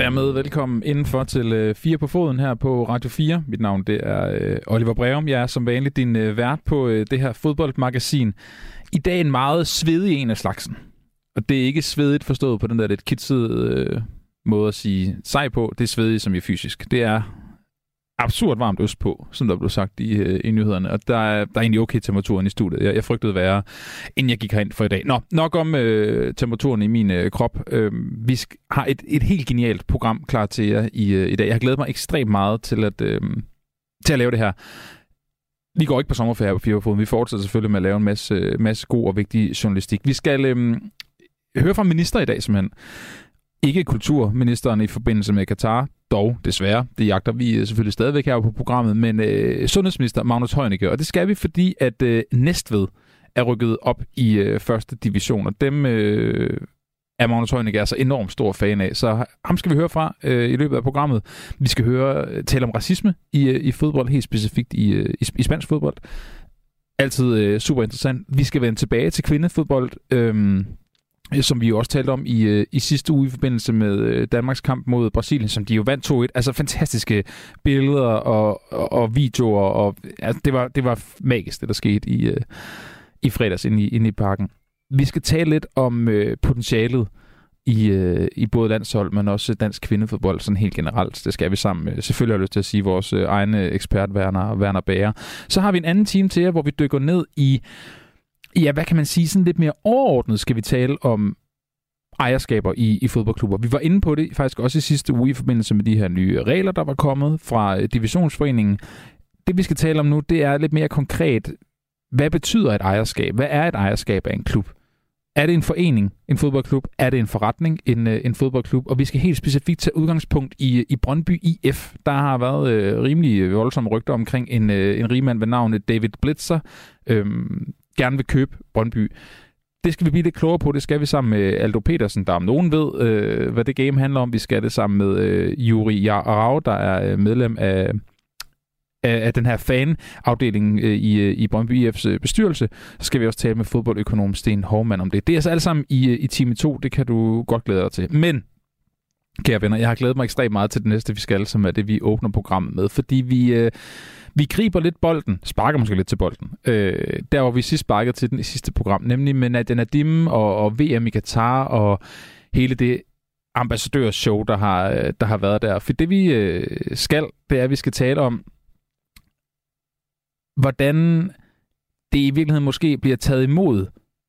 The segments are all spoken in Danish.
Dermed velkommen indenfor til 4 på foden her på Radio 4. Mit navn det er Oliver Breum. Jeg er som vanligt din vært på det her fodboldmagasin. I dag en meget svedig en af slagsen. Og det er ikke svedigt forstået på den der lidt kitsede måde at sige sej på. Det er svedigt som i fysisk. Det er absurd varmt øst på, som der blev sagt i nyhederne. Og der er egentlig okay temperaturen i studiet. Jeg frygtede værre, inden jeg gik herind for i dag. Nå, nok om temperaturen i min krop. Vi har et helt genialt program klar til jer i dag. Jeg har glædet mig ekstremt meget til at lave det her. Vi går ikke på sommerferie på 4 på foden. Vi fortsætter selvfølgelig med at lave en masse god og vigtig journalistik. Vi skal høre fra minister i dag, simpelthen. Ikke kulturministeren i forbindelse med Katar, dog desværre. Det jagter vi selvfølgelig stadigvæk her på programmet, men sundhedsminister Magnus Heunicke. Og det skal vi, fordi at Næstved er rykket op i første division, og dem er Magnus Heunicke altså enormt stor fan af. Så ham skal vi høre fra i løbet af programmet. Vi skal tale om racisme i fodbold, helt specifikt i spansk fodbold. Altid super interessant. Vi skal vende tilbage til kvindefodbold, som vi jo også talte om i sidste uge i forbindelse med Danmarks kamp mod Brasilien, som de jo vandt 2-1. Altså fantastiske billeder og videoer, og altså, det var magisk, det der skete i fredags inde i parken. Vi skal tale lidt om potentialet i både landshold, men også dansk kvindefodbold sådan helt generelt. Det skal vi sammen. Selvfølgelig har jeg lyst til at sige vores egne ekspert, Werner Bager. Så har vi en anden time til jer, hvor vi dykker ned i hvad kan man sige, sådan lidt mere overordnet skal vi tale om ejerskaber i fodboldklubber. Vi var inde på det faktisk også i sidste uge i forbindelse med de her nye regler, der var kommet fra Divisionsforeningen. Det vi skal tale om nu, det er lidt mere konkret. Hvad betyder et ejerskab? Hvad er et ejerskab af en klub? Er det en forening, en fodboldklub? Er det en forretning, en fodboldklub? Og vi skal helt specifikt tage udgangspunkt i Brøndby IF. Der har været rimelig voldsomme rygter omkring en rigmand ved navnet David Blitzer, gerne vil købe Brøndby. Det skal vi blive lidt klogere på. Det skal vi sammen med Aldo Petersen, der om nogen ved, hvad det game handler om. Vi skal det sammen med Yuri Jarau, der er medlem af den her fan-afdeling i Brøndby IF's bestyrelse. Så skal vi også tale med fodboldøkonom Sten Hovmand om det. Det er altså alle sammen i time 2. Det kan du godt glæde dig til. Men, kære venner, jeg har glædet mig ekstremt meget til det næste, vi skal, som er det, vi åbner programmet med. Fordi vi griber lidt bolden, sparker måske lidt til bolden, der hvor vi sidst sparkede til den i sidste program, nemlig med Nadia Nadim og VM i Katar og hele det ambassadørshow, der har været der. For det vi skal, det er, at vi skal tale om, hvordan det i virkeligheden måske bliver taget imod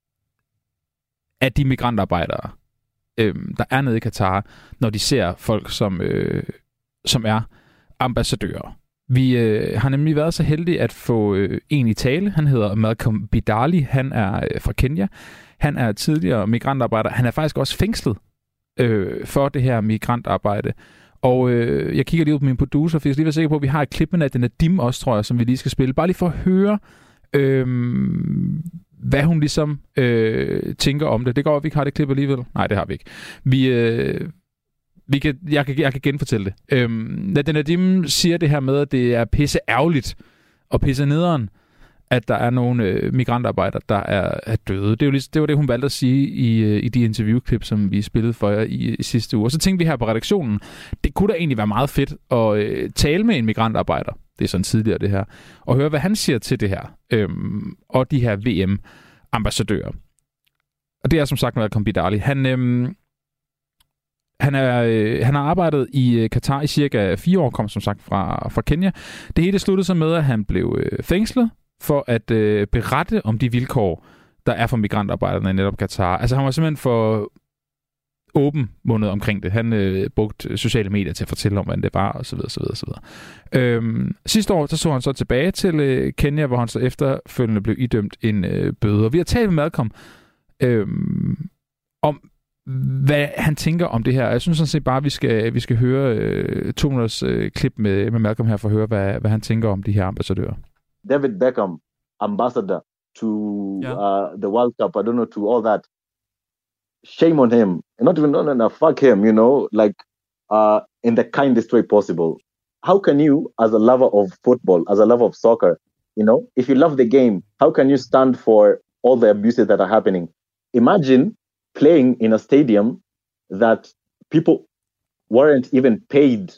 af de migrantarbejdere, der er nede i Katar, når de ser folk, som er ambassadører. Vi har nemlig været så heldige at få en i tale. Han hedder Malcolm Bidali. Han er fra Kenya. Han er tidligere migrantarbejder. Han er faktisk også fængslet for det her migrantarbejde. Og jeg kigger lige ud på min producer, for jeg skal lige være sikker på, at vi har et klip med Nadia Nadim også, tror jeg, som vi lige skal spille. Bare lige for at høre, hvad hun ligesom tænker om det. Det går, at vi ikke har det klip alligevel. Nej, det har vi ikke. Jeg kan genfortælle det. Nadia Nadim siger det her med, at det er pisse ærgerligt og pisse nederen, at der er nogle migrantarbejdere, der er døde. Det var det, hun valgte at sige i de interviewklip, som vi spillede for jer i sidste uge. Og så tænkte vi her på redaktionen, det kunne da egentlig være meget fedt at tale med en migrantarbejder. Det er sådan tidligere det her. Og høre, hvad han siger til det her. Og de her VM-ambassadører. Og det er som sagt Malcolm Bidali. Han har arbejdet i Katar i cirka 4 år, kom som sagt fra Kenya. Det hele sluttede så med, at han blev fængslet for at berette om de vilkår, der er for migrantarbejderne i netop Katar. Altså han var simpelthen for åben mundet omkring det. Han brugte sociale medier til at fortælle om, hvordan det var, og så videre, så videre, så videre. Sidste år, så han så tilbage til Kenya, hvor han så efterfølgende blev idømt en bøde. Og vi har talt med Malcolm om, hvad han tænker om det her. Jeg synes sådan set bare, at vi skal høre 2 minutters klip med Malcolm her, for at høre, hvad han tænker om de her ambassadører. David Beckham, ambassador to the World Cup, I don't know, to all that. Shame on him. Not even, no, fuck him, you know, like in the kindest way possible. How can you, as a lover of football, as a lover of soccer, you know, if you love the game, how can you stand for all the abuses that are happening? Imagine playing in a stadium that people weren't even paid,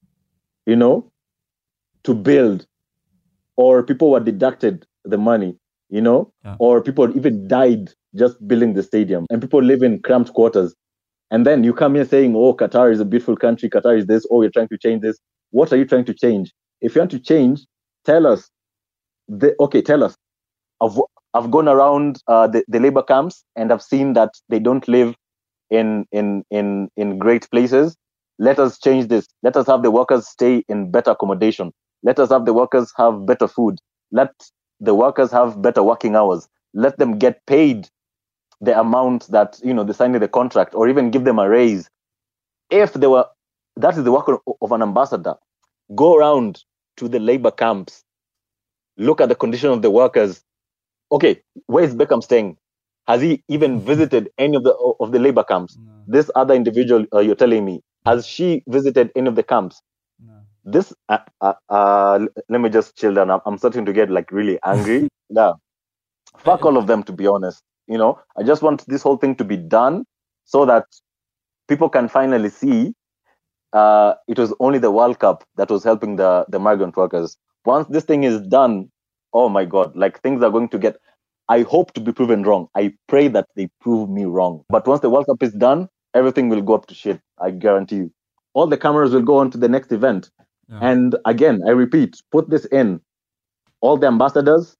to build, or people were deducted the money, or people even died just building the stadium, and people live in cramped quarters. And then you come here saying, oh, Qatar is a beautiful country, Qatar is this, oh, you're trying to change this. What are you trying to change? If you want to change, tell us. Tell us. I've gone around the labor camps, and I've seen that they don't live in great places. Let us change this. Let us have the workers stay in better accommodation. Let us have the workers have better food. Let the workers have better working hours. Let them get paid the amount that, they signed in the contract, or even give them a raise. That is the work of an ambassador. Go around to the labor camps. Look at the condition of the workers. Okay, where is Beckham staying? Has he even visited any of the labor camps? No. This other individual you're telling me, has she visited any of the camps? No. This, let me just chill down. I'm starting to get really angry. Yeah. Fuck all of them, to be honest. I just want this whole thing to be done so that people can finally see it was only the World Cup that was helping the migrant workers. Once this thing is done, oh my God, things are going to get, I hope to be proven wrong. I pray that they prove me wrong. But once the World Cup is done, everything will go up to shit. I guarantee you. All the cameras will go on to the next event. Yeah. And again, I repeat, put this in. All the ambassadors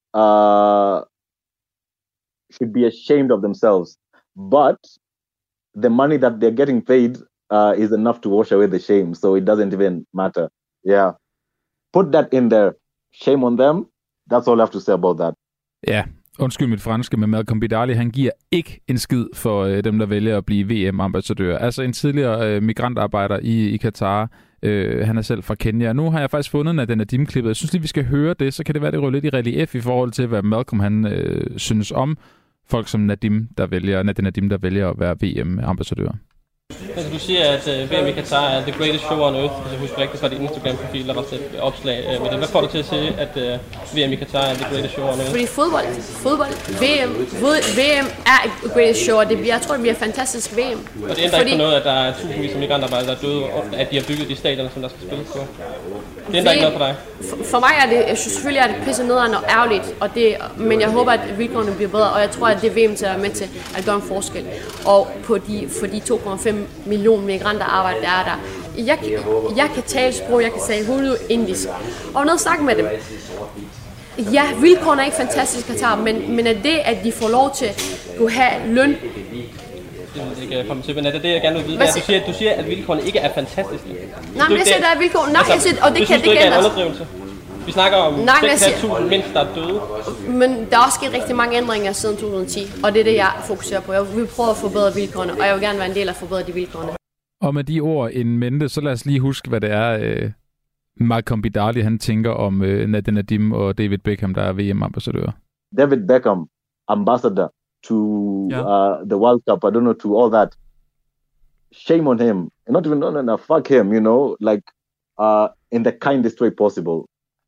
should be ashamed of themselves. But the money that they're getting paid is enough to wash away the shame. So it doesn't even matter. Yeah. Put that in there. Shame on them. That's all I have to say about that. Ja, undskyld mit franske, men Malcolm Bidali, han giver ikke en skid for dem, der vælger at blive VM-ambassadør. Altså en tidligere migrantarbejder i Katar. Han er selv fra Kenya. Nu har jeg faktisk fundet Nadia Nadim-klippet. Jeg synes lige, vi skal høre det, så kan det være, det ryger lidt i relief i forhold til, hvad Malcolm han synes om folk som Nadia Nadim, der vælger at være VM-ambassadør. Altså, du siger, at VM i Qatar er the greatest show on earth. Altså, husk rigtigt fra din Instagram-profil, der var et opslag med det. Hvad får du til at sige, at VM i Qatar er the greatest show on earth? Fordi fodbold, VM er the greatest show, og jeg tror, det bliver fantastisk VM. Og det ændrer ikke på noget, at der er tusindvis af migrantarbejdere, der er døde, og at de har bygget de stadioner, som der skal spilles på. Det ændrer ikke noget for dig? For mig er det, selvfølgelig er det pisse nederen og ærgerligt, men jeg håber, at vilkårene bliver bedre, og jeg tror, at det VM til at være med til at gøre en forskel. Og for de 2,5 millioner migranter arbejder, der er der. Jeg kan tale sprog, jeg kan tale Urdu, indisk. Og noget at snakke med dem. Ja, vilkårene er ikke fantastisk i Qatar, men er det, at de får lov til at kunne have løn. Det kan jeg komme til, men er det jeg gerne vil vide? Du siger, at vilkårene ikke er fantastiske. Nej, men jeg siger, der er vilkår. Nej, jeg siger, og det kan ikke ændres. Vi snakker om 6.000 mennesker, der er døde. Men der er også sket rigtig mange ændringer siden 2010, og det er det, jeg fokuserer på. Jeg vil prøve at forbedre vilkårene, og jeg vil gerne være en del af at forbedre de vilkårene. Og med de ord in mente, så lad os lige huske, hvad det er, Malcolm Bidali han tænker om Nadia Nadim og David Beckham, der er VM-ambassadører. David Beckham, ambassador to the World Cup, I don't know, to all that. Shame on him. Not even, no, fuck him, in the kindest way possible.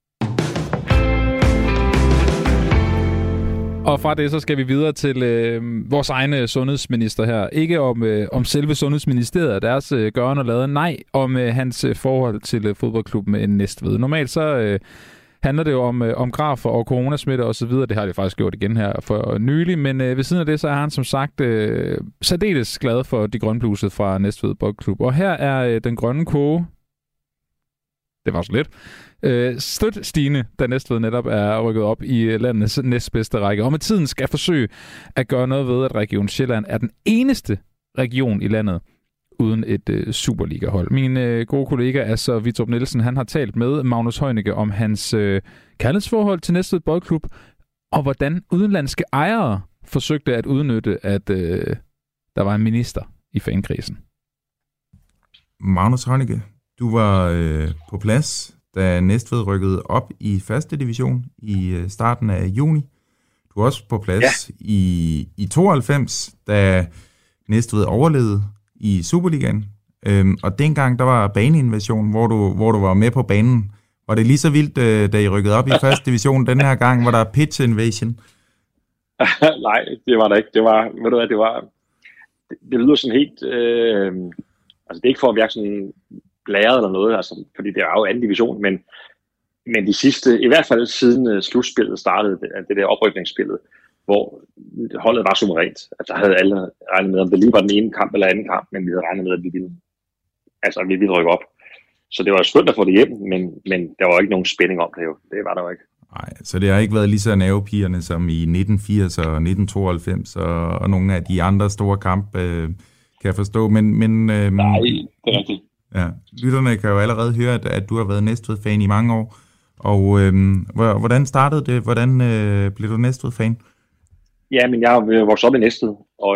Og fra det, så skal vi videre til vores egne sundhedsminister her. Ikke om selve sundhedsministeriet og deres gøren og laden, nej, om hans forhold til fodboldklubben Næstved. Normalt så handler det jo om grafer og coronasmitte og så videre. Det har det faktisk gjort igen her for nylig, men ved siden af det, så er han som sagt særdeles glad for de grønblusede fra Næstved Boldklub. Og her er den grønne koge. Det var så lidt. Støt stigende, da Næstved netop er rykket op i landets næstbedste række. Og med tiden skal forsøge at gøre noget ved, at Region Sjælland er den eneste region i landet uden et Superliga-hold. Min gode kollega Asser Vitrup Nielsen, han har talt med Magnus Heunicke om hans kærlighedsforhold til Næstved Boldklub, og hvordan udenlandske ejere forsøgte at udnytte, at der var en minister i fankrisen. Magnus Heunicke, du var på plads, da Næstved rykkede op i første division i starten af juni. Du var også på plads i 92, da Næstved overlevede i Superligaen. Og dengang, der var baneinvasion, hvor du var med på banen. Var det lige så vildt, da I rykkede op i første division? Den her gang var der pitch invasion? Nej, det var der ikke. Det lyder sådan helt... Altså det er ikke for at virke sådan blæret eller noget, altså, fordi det er jo anden division, men de sidste, i hvert fald siden slutspillet startede, det der oprykningsspillet, hvor holdet var suverænt. Altså havde alle regnet med, om det lige var den ene kamp eller anden kamp, men vi havde regnet med, at vi ville rykke op. Så det var skønt at få det hjem, men der var ikke nogen spænding om det jo. Det var der jo ikke. Nej, så det har ikke været lige så nervepirrende som i 1980 og 1992 og nogle af de andre store kampe, kan jeg forstå. Men nej, det er rigtigt. Ja, lytterne kan jo allerede høre, at du har været Næstved-fan i mange år. Og hvordan startede det? Hvordan blev du Næstved-fan? Ja, men jeg er vokset op i Næstved, og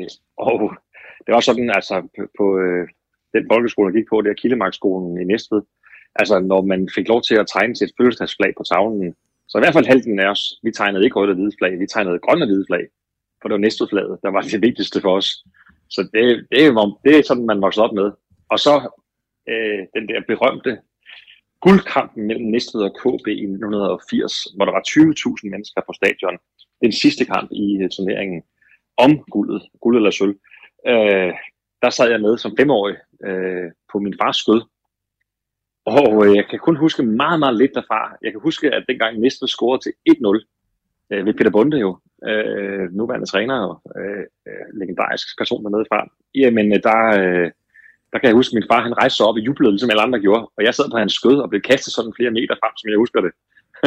det var sådan, altså på den folkeskole, jeg gik på, det er Kildemarkskolen i Næstved. Altså, når man fik lov til at tegne til et fødselsdagsflag på tavlen, så i hvert fald halvdelen af os, vi tegnede ikke rødt og hvide flag, vi tegnede grønne og hvide flag, for det var Næstved-flaget, der var det vigtigste for os. Så det er sådan, man voksede op med. Og så den der berømte guldkampen mellem Næstved og KB i 1980, hvor der var 20.000 mennesker på stadion. Den sidste kamp i turneringen om guld eller sølv. Der sad jeg med som 5-årig på min fars skød. Og jeg kan kun huske meget, meget lidt derfra. Jeg kan huske, at dengang Næstved scorede til 1-0 ved Peter Bonde jo, nuværende træner og legendarisk person dernede fra. Jamen, der kan jeg huske, at min far han rejste sig op og jublede, ligesom alle andre gjorde. Og jeg sad på hans skød og blev kastet sådan flere meter frem, som jeg husker det.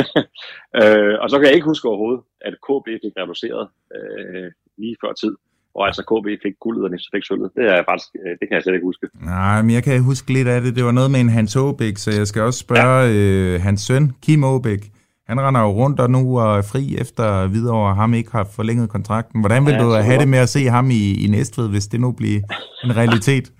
Og så kan jeg ikke huske overhovedet, at KB fik reduceret lige før tid. Og altså KB fik guldet, og Næstved fik sølvet. Det kan jeg slet ikke huske. Nej, men jeg kan huske lidt af det. Det var noget med en Hans Aabæk, så jeg skal også spørge hans søn, Kim Aabæk. Han render jo rundt og nu er fri efter Hvidovre, ham ikke har forlænget kontrakten. Hvordan vil du have det med at se ham i Næstved, hvis det nu bliver en realitet?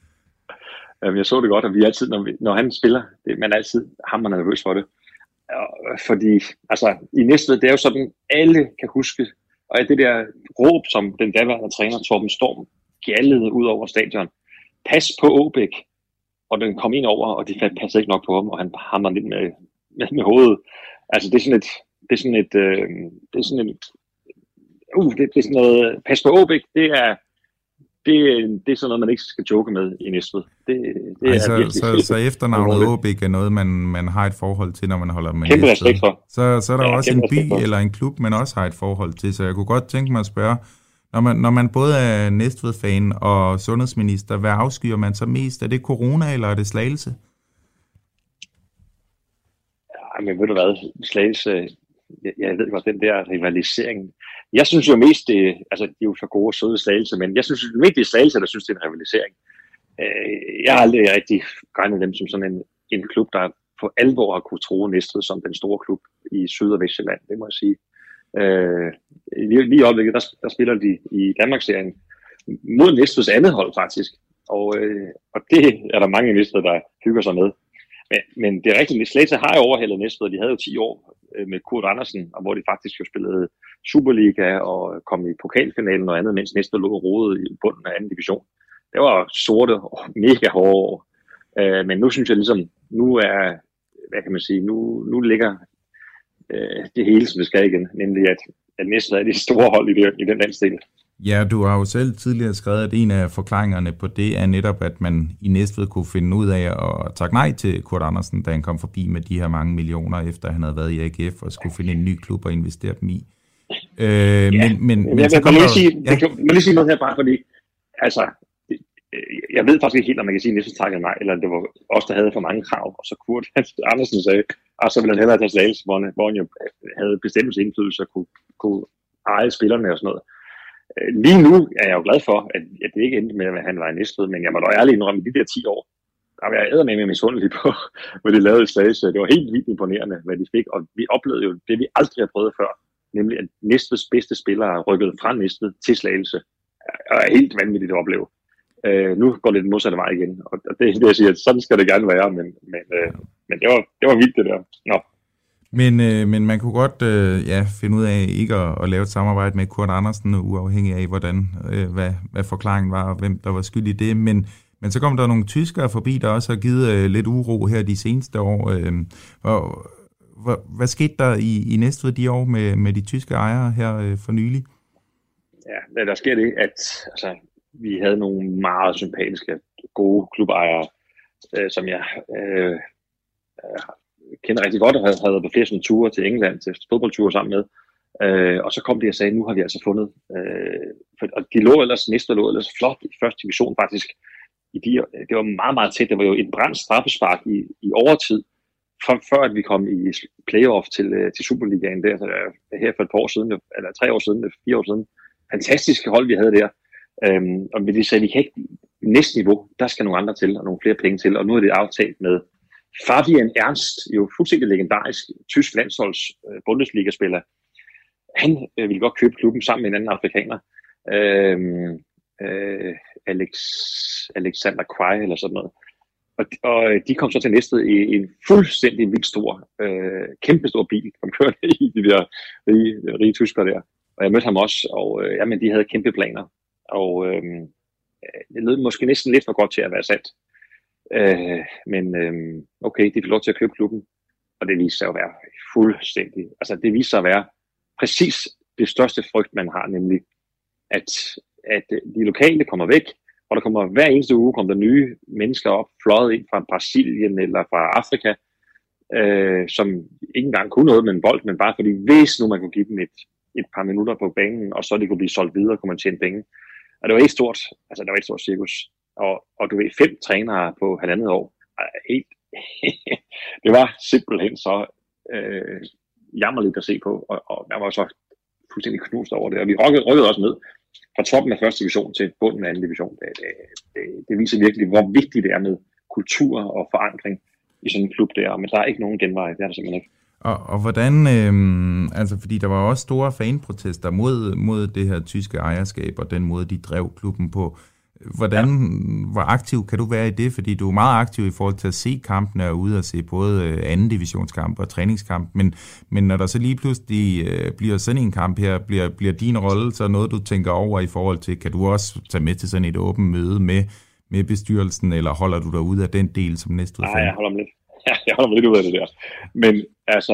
Jeg så det godt, at vi altid, når han spiller, man altid hammer nervøs for det. Fordi altså, i Næstved, det er jo sådan, alle kan huske, og det der råb, som den daværende træner Torben Storm gjaldede ud over stadion. Pas på Aabæk, og den kom ind over, og de passede ikke nok på ham, og han hammer lidt med hovedet. Altså det er sådan noget, pas på Aabæk, det er sådan noget, man ikke skal joke med i Næstved. Så efternavnet Aabæk er noget, man har et forhold til, når man holder med Næstved. Kæmpe respekt for. Så er der også en by eller en klub, man også har et forhold til. Så jeg kunne godt tænke mig at spørge, når man både er Næstved-fan og sundhedsminister, hvad afskyer man så mest? Er det corona, eller er det Slagelse? Ja, men ved du hvad, Slagelse, jeg ved godt, den der rivalisering. Jeg synes jo mest, de er jo så gode og søde Slagelse, men jeg synes mest, det er Slagelse, der synes, det er en rivalisering. Jeg har aldrig rigtig regnet dem som sådan en klub, der for alvor har kunne tro Næstved som den store klub i Syd- og Vestjylland, det må jeg sige. Lige i øjeblikket, der spiller de i Danmarksserien mod Næstveds andet hold faktisk, og det er der mange i Næstved, der hygger sig med. Men det er rigtigt, Slagelse har jo overhældet Næstved, de havde jo 10 år med Kurt Andersen, og hvor de faktisk jo spillede Superliga og kom i pokalfinalen og andet, mens Næstved lå rodet i bunden af anden division. Det var sorte og mega hårde år. Men nu synes jeg ligesom, nu er, hvad kan man sige, nu ligger det hele, som det skal igen, nemlig at Næstved er de store hold i den landsdel. Ja, du har jo selv tidligere skrevet, at en af forklaringerne på det er netop, at man i Næstved kunne finde ud af at takke nej til Kurt Andersen, da han kom forbi med de her mange millioner, efter han havde været i AGF og skulle finde en ny klub og investere dem i. Men så kommer jeg lige sige noget her bare, fordi altså, jeg ved faktisk ikke helt, om man kan sige, at Næstved takkede nej, eller det var os, der havde for mange krav, og så Kurt Andersen sagde, og så ville han hellere tage Slagelse, hvor han jo havde bestemmelsesindflydelse og kunne eje spillerne og sådan noget. Lige nu er jeg jo glad for, at det ikke endte med, at han var i Næstved, men jeg må da ærligt indrømme, de der 10 år, der var jeg eddermame misundelig på, hvad de lavede i Slagelse. Det var helt vildt imponerende, hvad de fik, og vi oplevede jo det, vi aldrig har prøvet før, nemlig at Næstveds bedste spillere rykkede fra Næstved til Slagelse. Det er helt vanvittigt at opleve. Nu går det den modsatte vej igen, og det er det, jeg siger, at sådan skal det gerne være, men det var vildt det der. Nå. Men man kunne godt finde ud af ikke at lave et samarbejde med Kurt Andersen, uafhængig af, hvad forklaringen var, og hvem der var skyld i det. Men så kom der nogle tyskere forbi, der også har givet lidt uro her de seneste år. Hvad skete der i Næstved de år med de tyske ejere her for nylig? Ja, der sker det, at altså, vi havde nogle meget sympatiske, gode klubejere, som jeg kender rigtig godt, og havde været på flere sådan ture til England, til fodboldture sammen med. Og så kom de og sagde, nu har vi altså fundet. Og de lå ellers flot i første division faktisk. Det var meget, meget tæt. Det var jo et brændt straffespark i overtid, før at vi kom i playoff til Superligaen der, her for et par år siden, eller 3 år siden, 4 år siden. Fantastiske hold, vi havde der. Og de sagde, vi kan ikke næste niveau, der skal nogle andre til, og nogle flere penge til. Og nu er det aftalt med Fabian Ernst, jo fuldstændig legendarisk tysk landsholds Bundesliga-spiller. Han ville godt købe klubben sammen med en anden afrikaner. Alexander Kwai eller sådan noget. Og de kom så til Næstved i en fuldstændig vildt stor, kæmpestor bil, som kørte i de der rige tyskere der. Og jeg mødte ham også, og jamen, de havde kæmpe planer. Og det lød måske næsten lidt for godt til at være sandt. Men okay, de fik lov til at købe klubben, og det viste sig at være fuldstændig. Altså det viste sig at være præcis det største frygt, man har, nemlig at de lokale kommer væk, og der kommer hver eneste uge kommer der nye mennesker op, fløjet ind fra Brasilien eller fra Afrika, som ikke engang kunne noget med en bold, men bare fordi, hvis nu man kunne give dem et par minutter på banen, og så de kunne blive solgt videre, kunne man tjene penge. Og det var et stort cirkus. Og du ved, 5 trænere på 1,5 år. Det var simpelthen så jammerligt at se på, og jeg var så fuldstændig knust over det. Og vi rykkede også ned fra toppen af første division til bunden af anden division. Det viser virkelig, hvor vigtigt det er med kultur og forankring i sådan en klub der. Men der er ikke nogen genvej, det er der simpelthen ikke. Og hvordan, altså fordi der var også store fanprotester mod det her tyske ejerskab og den måde, de drev klubben på. Hvor aktiv kan du være i det? Fordi du er meget aktiv i forhold til at se kampene og ude og se både anden divisionskamp og træningskamp. Men når der så lige pludselig bliver sådan en kamp her, bliver din rolle så noget, du tænker over i forhold til, kan du også tage med til sådan et åbent møde med bestyrelsen, eller holder du dig ud af den del som Næstved fan? Nej, jeg holder mig lidt ud af det der. Men altså,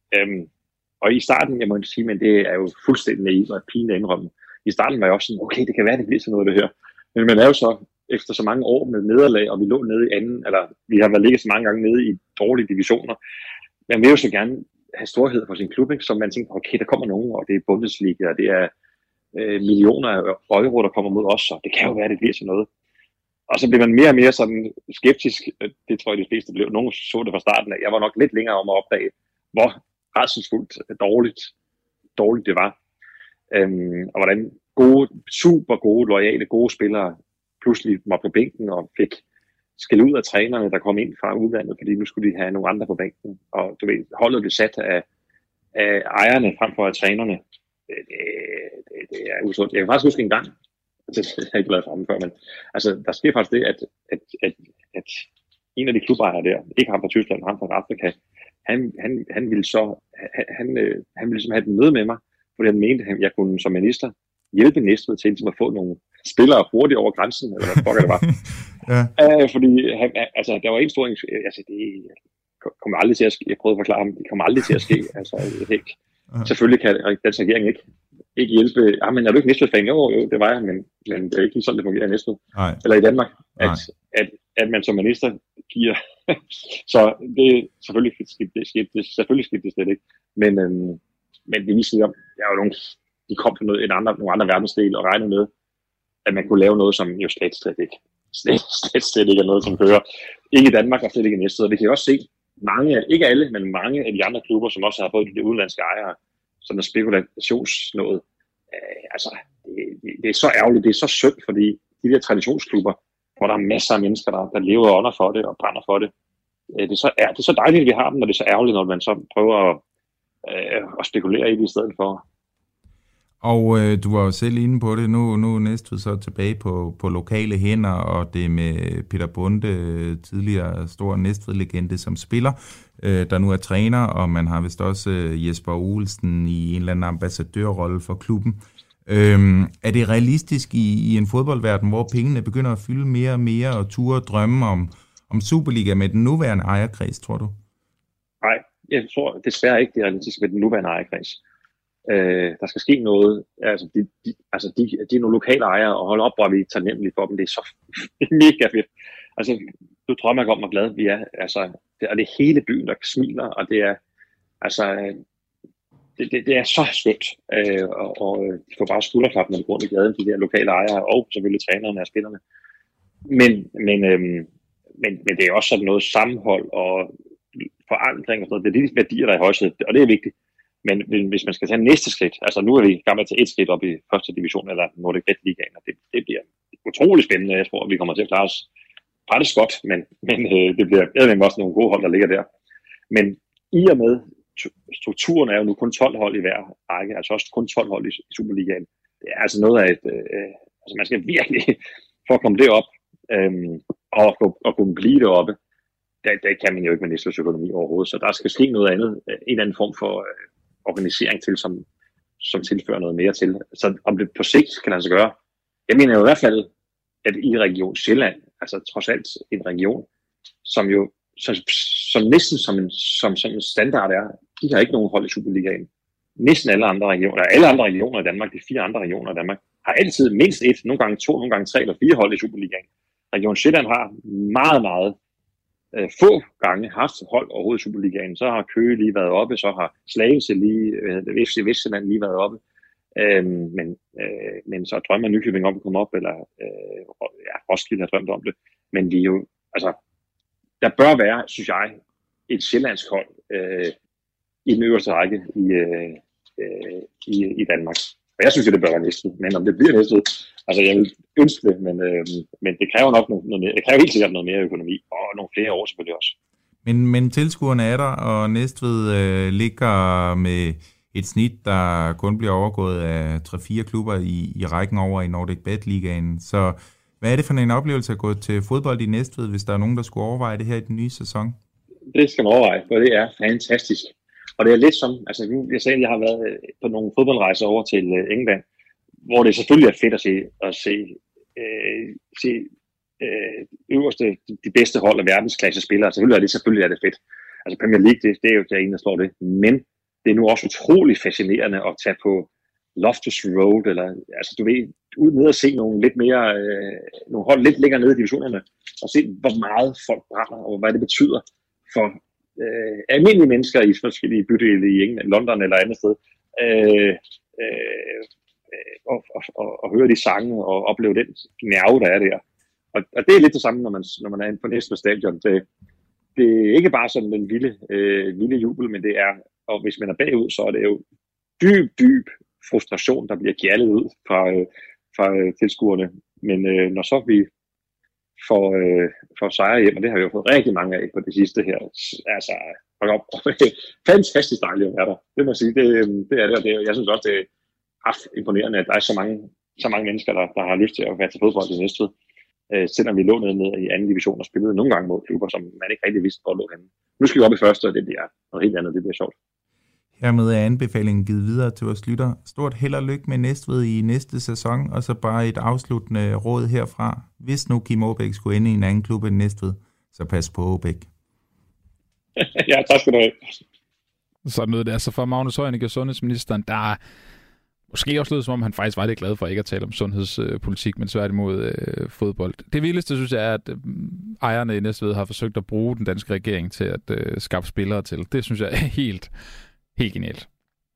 og i starten, jeg må ikke sige, men det er jo fuldstændig naivt og pinligt indrømme. I starten var jeg også sådan, okay, det kan være, det bliver sådan noget af det her. Men man er jo så, efter så mange år med nederlag, og vi lå nede i anden, eller vi har været ligget så mange gange nede i dårlige divisioner, man vil jo så gerne have storhed for sin klub, ikke? Så man tænker, okay, der kommer nogen, og det er Bundesliga, og det er millioner af euro, der kommer mod os, og det kan jo være, det bliver sådan noget. Og så bliver man mere og mere sådan skeptisk, det tror jeg de fleste blev. Nogen så det fra starten af, jeg var nok lidt længere om at opdage, hvor rædselsfuldt dårligt det var. Og hvordan super gode, loyale, gode spillere pludselig var på bænken og fik skæld ud af trænerne, der kom ind fra udlandet, fordi nu skulle de have nogle andre på bænken. Og du ved, holdet blev sat af ejerne frem for af trænerne. Det er usundt. Jeg kan faktisk huske en gang, det har jeg ikke været fremme før, men altså, der sker faktisk det, at en af de klubejere der, ikke ham fra Tyskland, ham fra Afrika, han ville så have et møde med mig, fordi han mente, at jeg kunne som minister hjælpe Næstved til at få nogle spillere hurtigt over grænsen, eller hvad fuck det var. Ja. Fordi der var en stor, det kommer aldrig til at ske. Jeg prøvede at forklare ham, det kommer aldrig til at ske. Altså, helt. Selvfølgelig kan den regering ikke hjælpe. Men er du ikke Næstved-fan? Jo, det var jeg, men det er ikke sådan, det fungerer i Næstved. Eller i Danmark, at man som minister giver. Så det selvfølgelig skete det slet ikke. Men det viser sig om, der er jo de kom på nogle andre verdensdele og regnede med, at man kunne lave noget, som jo slet ikke er noget, som hører. Ikke i Danmark og slet ikke i Næstved. Og vi kan også se mange, ikke alle, men mange af de andre klubber, som også har fået de udenlandske ejere, sådan en spekulationsnået. Det er så ærgerligt, det er så synd, fordi de der traditionsklubber, hvor der er masser af mennesker, der lever under for det og brænder for det. Det er så dejligt, at vi har dem, og det er så ærgerligt, når man så prøver at spekulere i det i stedet for. Og du var jo selv inde på det, nu er Næstved så tilbage på lokale hænder, og det med Peter Bonde, tidligere stor Næstved-legende, som spiller, der nu er træner, og man har vist også Jesper Olsen i en eller anden ambassadørrolle for klubben. Er det realistisk i en fodboldverden, hvor pengene begynder at fylde mere og mere, og ture drømme om Superliga med den nuværende ejerkreds, tror du? Nej, jeg tror desværre ikke, det er realistisk med den nuværende ejerkreds. Der skal ske noget. Altså, de er nogle lokale ejere, og hold op, hvor vi taknemmelige for dem. Det er så mega fedt. Altså, du drømmer ikke om, hvor glade vi er. Altså, det er hele byen, der smiler, og det er, altså, det er så skønt. Og de får bare skulderklap, når de går i gaden, de der lokale ejere, og selvfølgelig trænerne og spillerne. Men det er også sådan noget sammenhold og forandring og sådan noget. Det er de værdier, der er i højsædet, og det er vigtigt. Men hvis man skal tage næste skridt, altså nu er vi i gang med at tage et skridt op i første division, eller Nordic Bet Ligaen, og det bliver utrolig spændende. Jeg tror, vi kommer til at klare os faktisk godt, men det bliver også nogle gode hold, der ligger der. Men i og med, strukturen er jo nu kun 12 hold i hver række, altså også kun 12 hold i Superligaen. Det er altså noget af et, altså man skal virkelig, for at komme derop, og kunne blive deroppe, der kan man jo ikke med Næstveds økonomi overhovedet, så der skal ske noget andet, en eller anden form for organisering til, som tilfører noget mere til. Så om det på sigt kan lade sig gøre, jeg mener jo i hvert fald, at i Region Sjælland, altså trods alt en region, som jo som næsten som en standard er, de har ikke nogen hold i Superligaen. Næsten alle andre regioner i Danmark, de 4 andre regioner i Danmark, har altid mindst 1, nogle gange 2, nogle gange 3 eller 4 hold i Superligaen. Region Sjælland har meget, meget få gange haft hold overhovedet i Superligaen. Så har Køge lige været oppe, så har Slagelse lige, FC Vestjylland lige været oppe. Men så drømmer Nykøbing om at komme op, eller Roskilde har drømt om det. Men vi jo, altså, der bør være, synes jeg, et sjællandsk hold i den øverste række i Danmark. Og jeg synes, det bør være Næstved. Men om det bliver Næstved, altså jeg vil ønske det, men det kræver nok noget mere. Det kræver helt sikkert noget mere økonomi, og nogle flere år selvfølgelig også. Men tilskuerne er der, og Næstved ligger med et snit, der kun bliver overgået af 3-4 klubber i rækken over i Nordic Bet Ligaen. Så hvad er det for en oplevelse at gå til fodbold i Næstved, hvis der er nogen, der skulle overveje det her i den nye sæson? Det skal man overveje, for det er fantastisk. Og det er lidt som, altså jeg sagde, at jeg har været på nogle fodboldrejser over til England, hvor det selvfølgelig er fedt at se øverste, de bedste hold af verdensklasse spillere. Selvfølgelig er det fedt. Altså Premier League, det er jo der ingen, der slår det. Men det er nu også utrolig fascinerende at tage på Loftus Road, eller altså du ved, ud ned og se nogle lidt mere, nogle hold lidt længere nede i divisionerne, og se hvor meget folk brænder, og hvad det betyder for almindelige mennesker i forskellige bydele i England, London eller andet sted, og høre de sange og opleve den nerve, der er der. Og det er lidt det samme, når man er inde på Næstved Stadion. Det er ikke bare sådan den vilde jubel, men det er, og hvis man er bagud, så er det jo dyb frustration, der bliver gjaldet ud fra tilskuerne. Men når så vi får sejre hjem, og det har vi jo fået rigtig mange af på det sidste her, altså fantastisk dejligt at være der. Det må jeg sige, det er det, og jeg synes også, det er ret imponerende, at der er så mange mennesker, der har lyst til at være til fodbold i Næstved. Selvom vi lå ned i anden division og spillede nogle gange mod klubber, som man ikke rigtig vidste, hvor lå henne. Nu skal vi op i første, og det bliver noget helt andet, det bliver sjovt. Hermed er anbefalingen givet videre til vores lytter. Stort held og lykke med Næstved i næste sæson, og så bare et afsluttende råd herfra. Hvis nu Kim Aabæk skulle ende i en anden klub end Næstved, så pas på Aabæk. Ja, tak skal du have. Sådan noget der. Så for Magnus Heunicke, sundhedsministeren, der er måske også lød, som om han faktisk var lidt glad for ikke at tale om sundhedspolitik, men tværtimod fodbold. Det vildeste, synes jeg, er, at ejerne i Næstved har forsøgt at bruge den danske regering til at skaffe spillere til. Det synes jeg er helt genialt.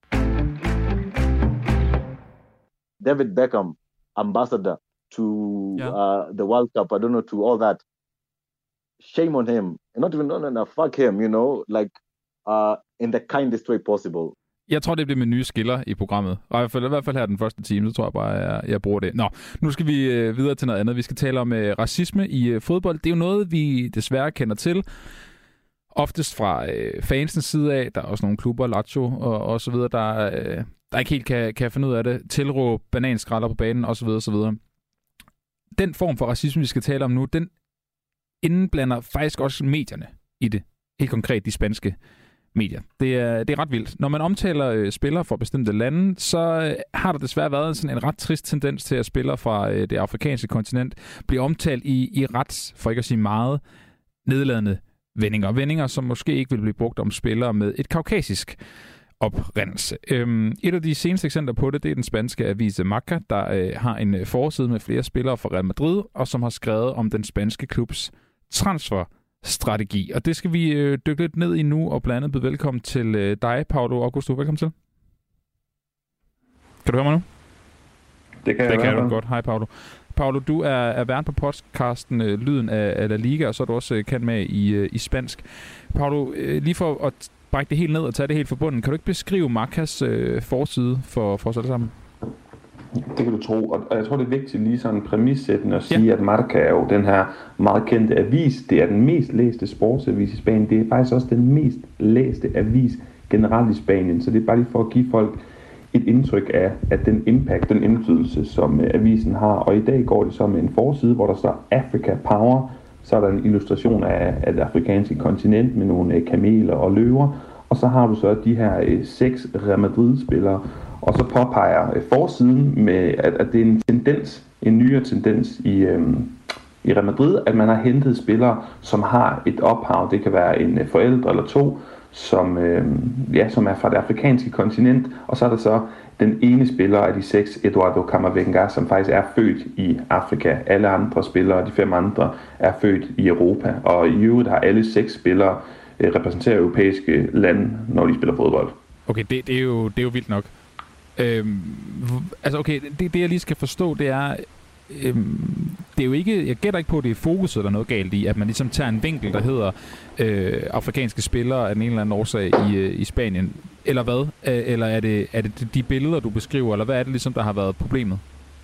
David Beckham, ambassador to the World Cup, I don't know, to all that. Shame on him. Not even, no, fuck him, you know, like in the kindest way possible. Jeg tror, det bliver med nye skiller i programmet. Og i hvert fald her den første time, så tror jeg bare, jeg bruger det. Nå, nu skal vi videre til noget andet. Vi skal tale om racisme i fodbold. Det er jo noget, vi desværre kender til. Oftest fra fansens side af. Der er også nogle klubber, Lazio og så videre, der ikke helt kan finde ud af det. Tilråb bananskralder på banen og så videre, så videre. Den form for racisme, vi skal tale om nu, den indblander faktisk også medierne i det. Helt konkret de spanske medier. Det er ret vildt. Når man omtaler spillere fra bestemte lande, så har der desværre været sådan en ret trist tendens til, at spillere fra det afrikanske kontinent bliver omtalt i ret, for ikke at sige meget, nedladende vendinger. Vendinger, som måske ikke vil blive brugt om spillere med et kaukasisk oprindelse. Et af de seneste eksempler på det er den spanske avis Marca, der har en forside med flere spillere fra Real Madrid, og som har skrevet om den spanske klubs transferstrategi. Og det skal vi dykke lidt ned i nu, og blandt andet byde velkommen til dig, Paulo Augusto. Velkommen til. Kan du høre mig nu? Det kan du godt. Hej, Paulo. Paulo, du er vært på podcasten Lyden af La Liga, og så er du også kendt med i spansk. Paulo, lige for at brække det helt ned og tage det helt forbundet, kan du ikke beskrive Marcas forside for os alle sammen? Det kan du tro, og jeg tror, det er vigtigt lige sådan præmissættende at sige, at Marca er jo den her meget kendte avis. Det er den mest læste sportsavis i Spanien. Det er faktisk også den mest læste avis generelt i Spanien. Så det er bare lige for at give folk et indtryk af den impact, den indflydelse, som avisen har. Og i dag går det så med en forside, hvor der står Africa Power. Så er der en illustration af det afrikanske kontinent med nogle kameler og løver. Og så har du så de her 6 Real Madrid-spillere. Og så påpeger forsiden med, at det er en tendens, en nyere tendens i Real Madrid, at man har hentet spillere, som har et ophav. Det kan være en forældre eller 2, som er fra det afrikanske kontinent. Og så er der så den ene spiller af de 6, Eduardo Camavinga, som faktisk er født i Afrika. Alle andre spillere, de 5 andre, er født i Europa. Og i øvrigt har alle 6 spillere repræsenterer europæiske lande, når de spiller fodbold. Okay, det er jo vildt nok. Det jeg lige skal forstå, det er, det er jo ikke, jeg gætter ikke på, at det er fokuset eller noget galt i, at man ligesom tager en vinkel, der hedder afrikanske spillere af en eller anden årsag i Spanien, eller hvad? Eller er det de billeder, du beskriver, eller hvad er det ligesom, der har været problemet?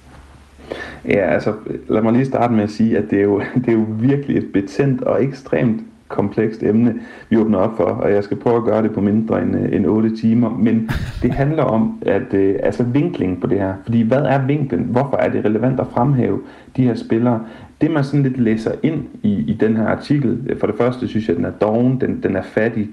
Ja, altså, lad mig lige starte med at sige, at det er jo virkelig et betændt og ekstremt komplekst emne, vi åbner op for, og jeg skal prøve at gøre det på mindre end 8 timer, men det handler om, at vinkling på det her, fordi hvad er vinklen? Hvorfor er det relevant at fremhæve de her spillere? Det man sådan lidt læser ind i den her artikel, for det første synes jeg, at den er doven, den er fattig,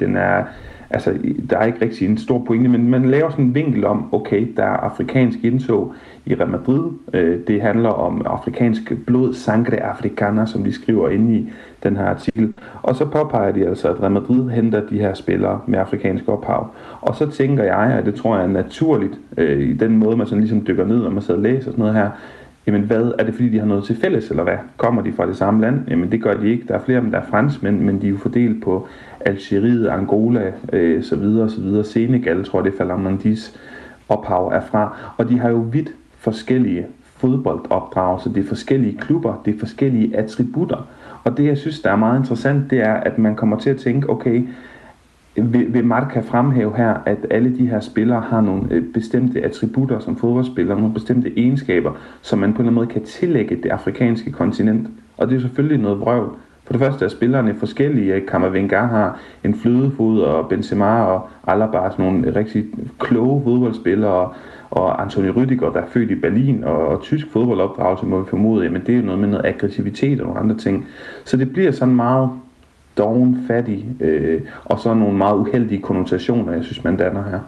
der er ikke rigtig en stor pointe, men man laver sådan en vinkel om, okay, der er afrikansk indtog i Real Madrid. Det handler om afrikansk blod, sangre africana, som de skriver inde i den her artikel. Og så påpeger de altså, at Real Madrid henter de her spillere med afrikansk ophav. Og så tænker jeg, og det tror jeg er naturligt, i den måde, man sådan ligesom dykker ned, når man sidder og læser sådan noget her, jamen hvad, er det fordi de har noget til fælles, eller hvad? Kommer de fra det samme land? Jamen det gør de ikke. Der er flere af dem, der er franskmænd, men de er jo fordelt på Algeriet, Angola, så videre. Senegal, tror jeg, det falder Mandis ophav er fra. Og de har jo vidt forskellige fodboldopdragelser, det er forskellige klubber, det er forskellige attributter. Og det, jeg synes, der er meget interessant, det er, at man kommer til at tænke, okay, vil Marca fremhæve her, at alle de her spillere har nogle bestemte attributter som fodboldspillere, nogle bestemte egenskaber, som man på en eller anden måde kan tillægge det afrikanske kontinent. Og det er selvfølgelig noget vrøvl. For det første er spillerne forskellige. Camavinga har en flødefod, og Benzema og Alaba sådan nogle rigtig kloge fodboldspillere, og Antonio Rüdiger, der er født i Berlin, og tysk fodboldopdragelse, må vi formode, men det er jo noget med noget aggressivitet og nogle andre ting. Så det bliver sådan meget doven, fattig, og så nogle meget uheldige konnotationer, jeg synes, man danner her.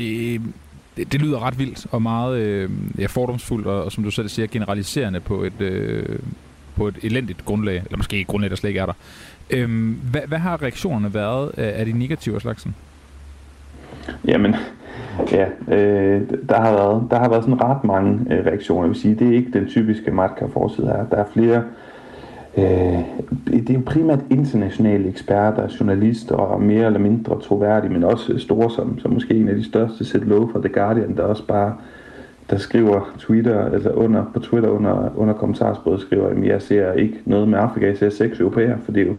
Det lyder ret vildt og meget fordomsfuldt, og som du selv siger, generaliserende på et elendigt grundlag, eller måske et grundlag, der slet ikke er der. Hvad har reaktionerne været af de negative slagsen? Jamen, ja, der har været sådan ret mange reaktioner. Jeg vil sige, det er ikke den typiske Marca-forside her. Der er flere. Det er primært internationale eksperter, journalister og mere eller mindre troværdige, men også store som måske en af de største, Seth Lowe fra The Guardian, der også bare der skriver på Twitter under kommentarsporet skriver, at jeg ser ikke noget med Afrika, jeg ser 6 europæer, for det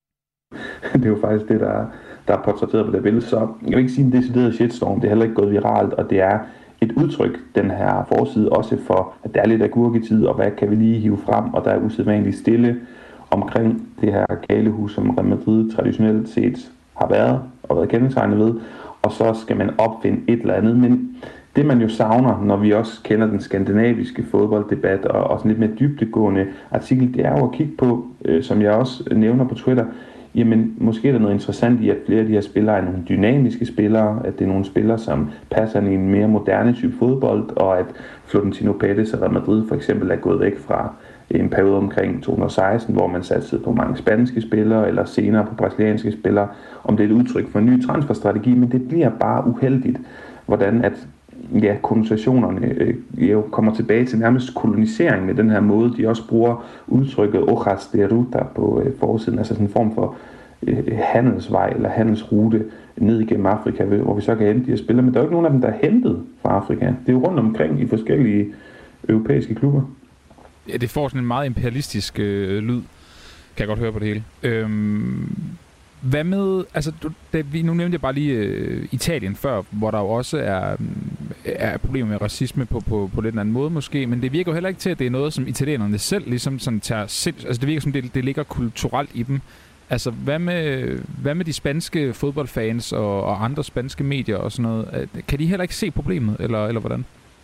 er jo faktisk det, der er portrætteret på det billede. Så jeg vil ikke sige en decideret shitstorm, det er heller ikke gået viralt, og det er et udtryk, den her forside, også for, at der er lidt agurketid, og hvad kan vi lige hive frem, og der er usædvanligt stille omkring det her galehus, som Real Madrid traditionelt set har været kendetegnet ved, og så skal man opfinde et eller andet, men det man jo savner, når vi også kender den skandinaviske fodbolddebat og sådan lidt mere dybdegående artikel, det er jo at kigge på, som jeg også nævner på Twitter, jamen måske er der noget interessant i, at flere af de her spillere er nogle dynamiske spillere, at det er nogle spillere, som passer i en mere moderne type fodbold, og at Florentino Pérez og Real Madrid for eksempel er gået væk fra en periode omkring 2016, hvor man satsede på mange spanske spillere, eller senere på brasilianske spillere, om det er et udtryk for en ny transferstrategi, men det bliver bare uheldigt, hvordan at konnotationerne jo kommer tilbage til nærmest kolonisering med den her måde. De også bruger udtrykket hojas de ruta på forsiden, altså sådan en form for handelsvej eller handelsrute ned igennem Afrika, hvor vi så kan hente de her spillere, men der er jo ikke nogen af dem, der er hentet fra Afrika. Det er jo rundt omkring i forskellige europæiske klubber. Ja, det får sådan en meget imperialistisk lyd, kan jeg godt høre på det hele. Hvad med, altså nu nævnte jeg bare lige Italien før, hvor der jo også er problemer med racisme på lidt en anden måde måske, men det virker jo heller ikke til, at det er noget, som italienerne selv ligesom sådan tager altså det virker som, det ligger kulturelt i dem. Altså, hvad med de spanske fodboldfans og andre spanske medier og sådan noget? Kan de heller ikke se problemet, eller hvordan?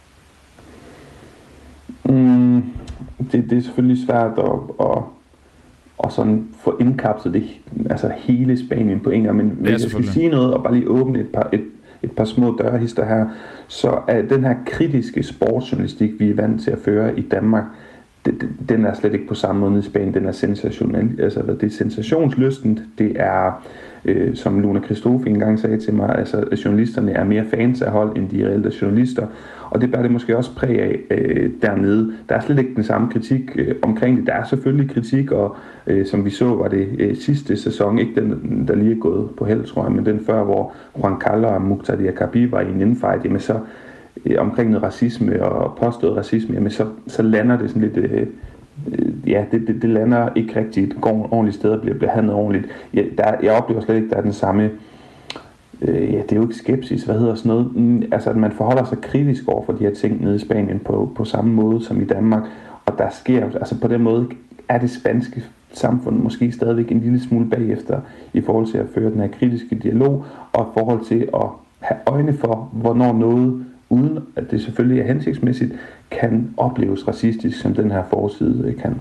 Det er selvfølgelig svært at sådan få indkapslet det, altså hele Spanien på en gang, men hvis jeg skal sige noget og bare lige åbne et par små dørhister her, så er den her kritiske sportsjournalistik, vi er vant til at føre i Danmark, den er slet ikke på samme måde i Spanien. Den er sensationel. Altså, det er sensationslystent. Det er, som Luna Christofi engang sagde til mig, altså journalisterne er mere fans af hold, end de reelle journalister. Og det bærer det måske også præg af dernede. Der er slet ikke den samme kritik omkring det. Der er selvfølgelig kritik, og som vi så, var det sidste sæson, ikke den, der lige er gået på held, tror jeg, men den før, hvor Juan Cala og Mukhtar Diakabi var i en infight, jamen så omkring noget racisme og påstået racisme, jamen så lander det sådan lidt, det lander ikke rigtigt, det går ordentligt sted og bliver behandlet ordentligt. Jeg oplever slet ikke, der er den samme, det er jo ikke skepsis, hvad hedder sådan noget, altså at man forholder sig kritisk over for de her ting nede i Spanien på samme måde som i Danmark, og der sker, altså på den måde er det spanske samfund måske stadigvæk en lille smule bagefter i forhold til at føre den her kritiske dialog, og i forhold til at have øjne for, hvornår noget, uden at det selvfølgelig er hensigtsmæssigt, kan opleves racistisk, som den her forside kan.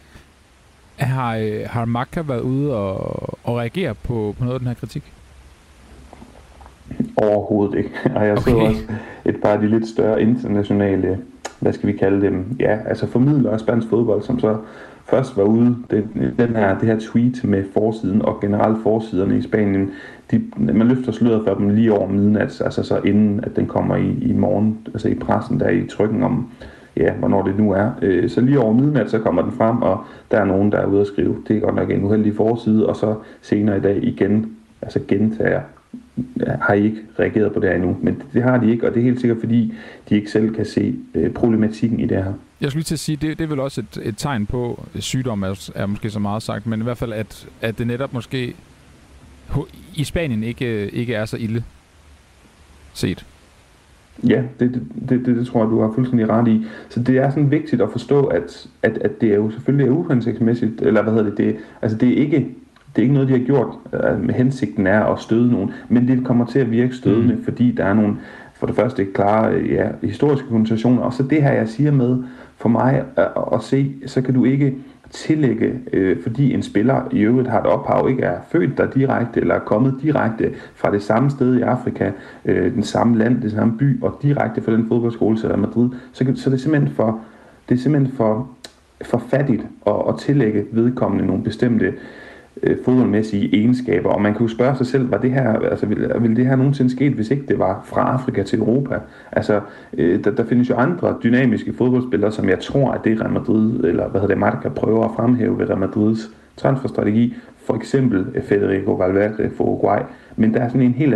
Har Marca været ude og reagere på noget af den her kritik? Overhovedet ikke. Og jeg så også et par af de lidt større internationale, hvad skal vi kalde dem, altså formidlere af spansk fodbold, som så først var ude, det her tweet med forsiden og generelt forsiderne i Spanien, man løfter sløret for dem lige over midnat, altså så inden at den kommer i morgen, altså i pressen, der i trykken om, hvornår det nu er. Så lige over midnat, så kommer den frem, og der er nogen, der er ude at skrive, det er godt nok en uheldig forside, og så senere i dag igen, altså gentager, har I ikke reageret på det her endnu. Men det har de ikke, og det er helt sikkert, fordi de ikke selv kan se problematikken i det her. Jeg skulle lige til at sige, det er vel også et tegn på, sygdom er måske så meget sagt, men i hvert fald, at det netop måske i Spanien ikke er så ille set. Ja, det tror jeg, du har fuldstændig ret i. Så det er sådan vigtigt at forstå, at det er jo selvfølgelig uhensigtsmæssigt, eller det er ikke noget, de har gjort med hensigten er at støde nogen, men det kommer til at virke stødende, fordi der er nogle, for det første klare historiske konnotationer, og så det her, jeg siger med, for mig at se, så kan du ikke tillægge, fordi en spiller i øvrigt har et ophav, ikke er født der direkte, eller er kommet direkte fra det samme sted i Afrika, den samme land, den samme by, og direkte fra den fodboldskole til Real Madrid, så det er simpelthen for fattigt at tillægge vedkommende nogle bestemte fodboldmæssige egenskaber, og man kan jo spørge sig selv, ville det her nogensinde sket, hvis ikke det var fra Afrika til Europa? Altså, der findes jo andre dynamiske fodboldspillere, som jeg tror, at det Real Madrid, eller Marca prøver at fremhæve ved Real Madrids transferstrategi, for eksempel Federico Valverde for Uruguay, men der er sådan en helt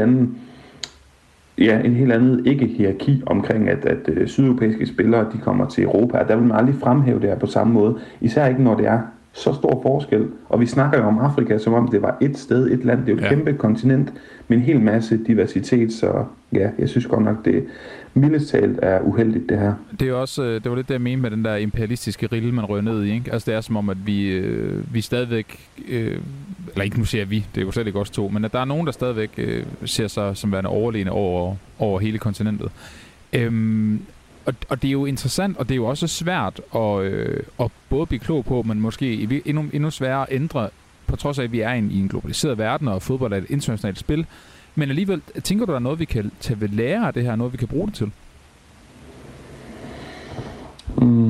anden ikke-hierarki omkring, at sydeuropæiske spillere, de kommer til Europa, og der vil man aldrig fremhæve det her på samme måde, især ikke når det er så stor forskel. Og vi snakker jo om Afrika, som om det var et sted, et land. Det er jo et kæmpe kontinent med en hel masse diversitet, så jeg synes godt nok, det mildest talt er uheldigt, det her. Det er jo også, det var lidt det, jeg mente med den der imperialistiske rille, man rører ned i, ikke? Altså det er som om, at vi stadigvæk, eller ikke nu siger vi, det er jo slet ikke os to, men at der er nogen, der stadigvæk ser sig som værende overlegne over hele kontinentet. Og det er jo interessant, og det er jo også svært at både blive klog på, men måske endnu sværere at ændre, på trods af, at vi er i en globaliseret verden, og fodbold er et internationalt spil. Men alligevel, tænker du, der er noget, vi kan tage ved lære af det her, noget, vi kan bruge det til? Det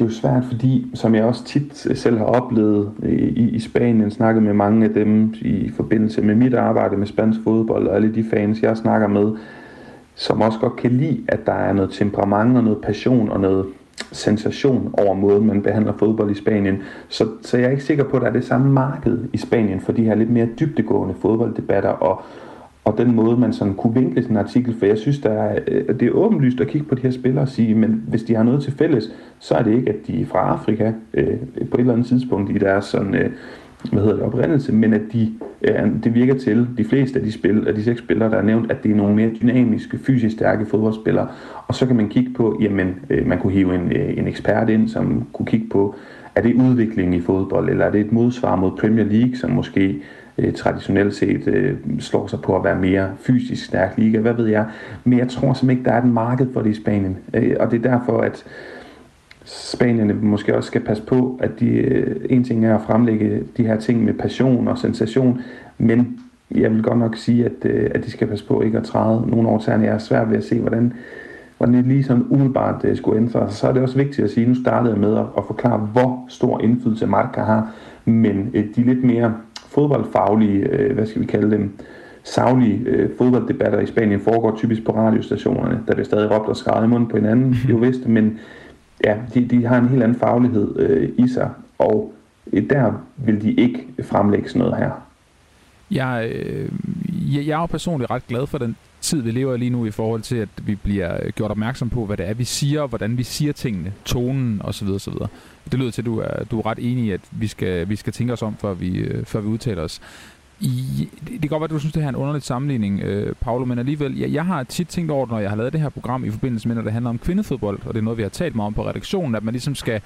jo svært, fordi, som jeg også tit selv har oplevet i Spanien, snakket med mange af dem i forbindelse med mit arbejde med spansk fodbold, og alle de fans, jeg snakker med, som også godt kan lide, at der er noget temperament og noget passion og noget sensation over måden, man behandler fodbold i Spanien. Så jeg er ikke sikker på, at der er det samme marked i Spanien for de her lidt mere dybdegående fodbolddebatter, og den måde, man sådan kunne vinkle sådan en artikel, for jeg synes, det er åbenlyst at kigge på de her spillere og sige, men hvis de har noget til fælles, så er det ikke, at de er fra Afrika på et eller andet tidspunkt i deres sådan, oprindelse, men at det virker til de fleste af de 6 spillere, der er nævnt, at det er nogle mere dynamiske, fysisk stærke fodboldspillere. Og så kan man kigge på, jamen, man kunne hive en ekspert ind, som kunne kigge på, er det udvikling i fodbold, eller er det et modsvar mod Premier League, som måske traditionelt set slår sig på at være mere fysisk stærk liga, hvad ved jeg. Men jeg tror simpelthen ikke, der er et marked for det i Spanien. Og det er derfor, at spanierne måske også skal passe på, at en ting er at fremlægge de her ting med passion og sensation, men jeg vil godt nok sige, at de skal passe på ikke at træde nogen over tæerne. Jeg er svært ved at se, hvordan det lige sådan umiddelbart skulle ændre sig. Så er det også vigtigt at sige, nu startede jeg med at forklare, hvor stor indflydelse Marca har, men de lidt mere fodboldfaglige, hvad skal vi kalde dem, saglige fodbolddebatter i Spanien foregår typisk på radiostationerne, der bliver stadig råbt og skreget i munden på hinanden, jo vist, men ja, de har en helt anden faglighed i sig, og der vil de ikke fremlægge sådan noget her. Jeg er jo personligt ret glad for den tid, vi lever i lige nu, i forhold til, at vi bliver gjort opmærksom på, hvad det er, vi siger, og hvordan vi siger tingene, tonen osv. osv. Det lyder til, at du er ret enig i, at vi skal tænke os om, før vi udtaler os. Det kan godt være, at du synes, det her er en underlig sammenligning, Paolo, men alligevel, jeg har tit tænkt over, når jeg har lavet det her program i forbindelse med, når det handler om kvindefodbold, og det er noget, vi har talt meget om på redaktionen, at man ligesom skal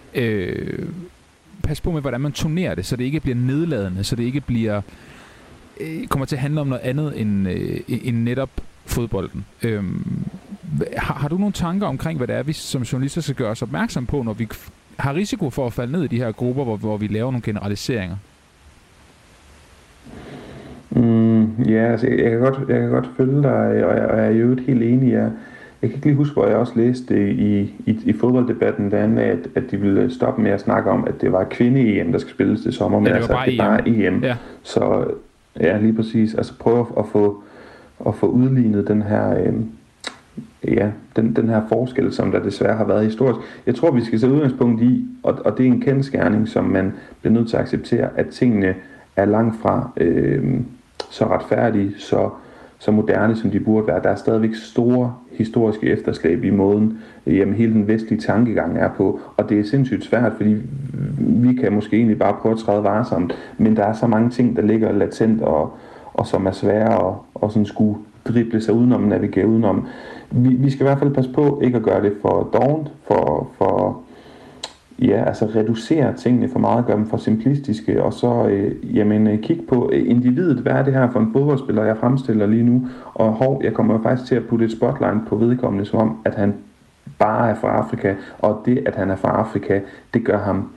passe på med, hvordan man turnerer det, så det ikke bliver nedladende, så det ikke kommer til at handle om noget andet end netop fodbolden. Har du nogle tanker omkring, hvad det er, vi som journalister skal gøre os opmærksom på, når vi har risiko for at falde ned i de her grupper, hvor vi laver nogle generaliseringer? Ja, altså jeg kan godt følge dig, og jeg er jo helt enig. Jeg kan ikke lige huske, hvor jeg også læste i fodbolddebatten derinde, at de ville stoppe med at snakke om, at det var kvinde-EM, der skal spilles det sommer, men altså det er bare EM. Ja. Så ja, lige præcis. Altså prøve at få udlignet den her den her forskel, som der desværre har været historisk. Jeg tror, vi skal sætte udgangspunkt i, og det er en kendsgerning, som man bliver nødt til at acceptere, at tingene er langt fra så retfærdige, så moderne, som de burde være. Der er stadigvæk store historiske efterslæb i måden, hele den vestlige tankegang er på, og det er sindssygt svært, fordi vi kan måske egentlig bare prøve at træde varsomt, men der er så mange ting, der ligger latent, og som er svære at sådan skulle drible sig udenom, navigere udenom. Vi skal i hvert fald passe på ikke at gøre det for dovent, for reducere tingene for meget, gøre dem for simplistiske, og så kigge på individet. Hvad er det her for en fodboldspiller, jeg fremstiller lige nu? Og jeg kommer faktisk til at putte et spotlight på vedkommende, som om, at han bare er fra Afrika, og det, at han er fra Afrika, det gør ham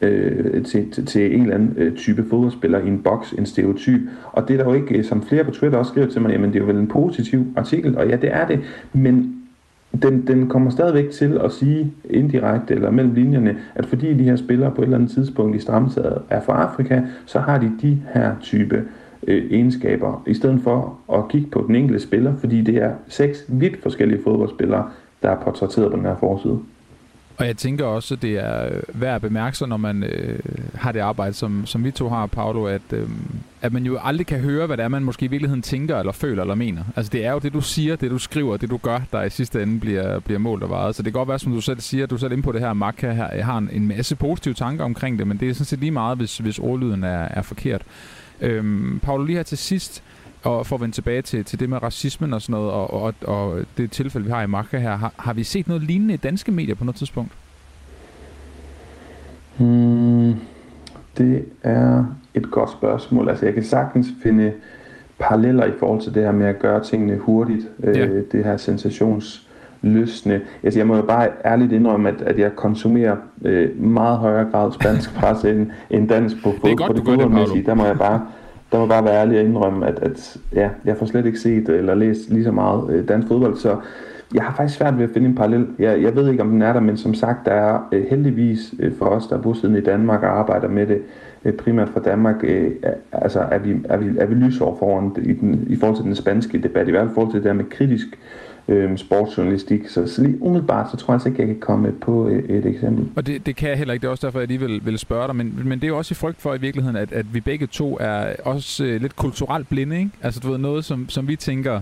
til en eller anden type fodboldspiller i en boks, en stereotyp. Og det er der jo ikke, som flere på Twitter også skriver til mig, jamen det er jo vel en positiv artikel, og ja, det er det, men den kommer stadigvæk til at sige indirekte eller mellem linjerne, at fordi de her spillere på et eller andet tidspunkt i stramtaget er fra Afrika, så har de her type egenskaber, i stedet for at kigge på den enkelte spiller, fordi det er 6 vidt forskellige fodboldspillere, der er portrætteret på den her forside. Og jeg tænker også, at det er værd at bemærke sig, når man har det arbejde, som vi to har, Paolo, at man jo aldrig kan høre, hvad det er, man måske i virkeligheden tænker, eller føler, eller mener. Altså det er jo det, du siger, det du skriver, det du gør, der i sidste ende bliver målt og vejet. Så det kan godt være, som du selv siger, du selv inde på det her, Marca her har en masse positive tanker omkring det, men det er sådan set lige meget, hvis ordlyden er forkert. Paolo, lige her til sidst, og for at vende tilbage til det med racismen og sådan noget, og det tilfælde, vi har i Marca her, har vi set noget lignende i danske medier på noget tidspunkt? Det er et godt spørgsmål. Altså jeg kan sagtens finde paralleller i forhold til det her med at gøre tingene hurtigt. Det her sensationslystne. Altså jeg må jo bare ærligt indrømme, at jeg konsumerer meget højere grad spansk presse end dansk på fodboldmæssigt. Der må jeg bare være ærlig og indrømme, at jeg får slet ikke set eller læst lige så meget dansk fodbold, så Jeg har faktisk svært ved at finde en parallel. Jeg ved ikke, om den er der, men som sagt, der er heldigvis for os, der er bosiddende i Danmark og arbejder med det, primært fra Danmark, altså er vi lysår foran i forhold til den spanske debat, i hvert fald i forhold til det der med kritisk sportsjournalistik. Så lige umiddelbart, så tror jeg altså ikke, jeg kan komme på et eksempel. Og det kan jeg heller ikke. Det er også derfor, jeg lige vil spørge dig. Men det er jo også i frygt for i virkeligheden, at vi begge to er også lidt kulturelt blinde, ikke? Altså du ved, noget, som vi tænker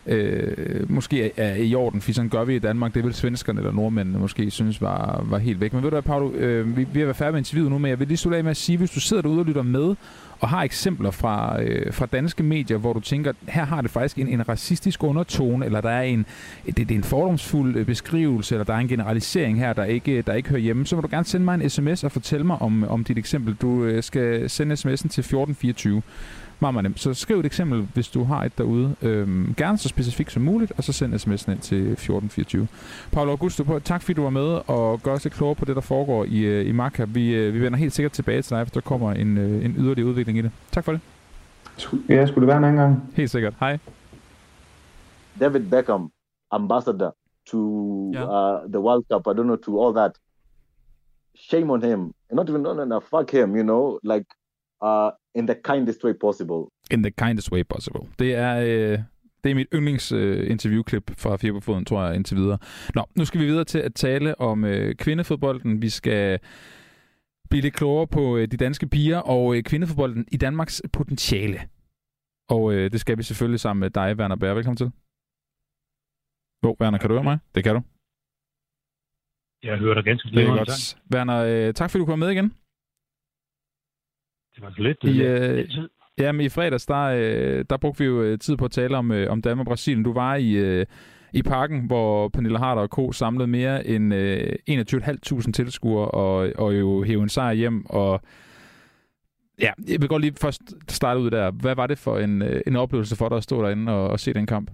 måske er i orden, for sådan gør vi i Danmark. Det er vel svenskerne eller nordmændene måske synes var helt væk. Men ved du hvad, Paulo, vi har været færdige med interviewet nu, men jeg vil lige slutte af med at sige, hvis du sidder derude og lytter med, og har eksempler fra danske medier, hvor du tænker, her har det faktisk en racistisk undertone, eller der er det er en fordomsfuld beskrivelse, eller der er en generalisering her, der ikke hører hjemme, så må du gerne sende mig en sms og fortælle mig om dit eksempel. Du skal sende sms'en til 1424. Meget nemt. Så skriv et eksempel, hvis du har et derude. Gerne så specifikt som muligt, og så send sms'en ind til 1424. Paulo Augusto, tak fordi du var med og gør os lidt klogere på det, der foregår i Marca. Vi vender helt sikkert tilbage til dig, hvis der kommer en yderligere udvikling i det. Tak for det. Ja, skulle det være en anden gang? Helt sikkert. Hej. David Beckham, ambassador to the World Cup, I don't know, to all that. Shame on him. Not even, no, fuck him, you know, like, in the kindest way possible. In the kindest way possible. Det er mit yndlingsinterviewklip fra Fire på Foden, tror jeg, indtil videre. Nå, nu skal vi videre til at tale om kvindefodbolden. Vi skal blive lidt klogere på de danske piger og kvindefodbolden i Danmarks potentiale. Og det skal vi selvfølgelig sammen med dig, Werner Bære. Velkommen til. Werner, kan du høre mig? Det kan du. Jeg hører dig ganske godt. Werner, tak fordi du kom med igen. Det var så lidt. Men i fredags, der brugte vi jo tid på at tale om Danmark og Brasilien. Du var i parken, hvor Pernille Harder og Co. samlede mere end 21.500 tilskuere og jo hævde en sejr hjem. Og ja, jeg vil godt lige først starte ud der. Hvad var det for en oplevelse for dig at stå derinde og se den kamp?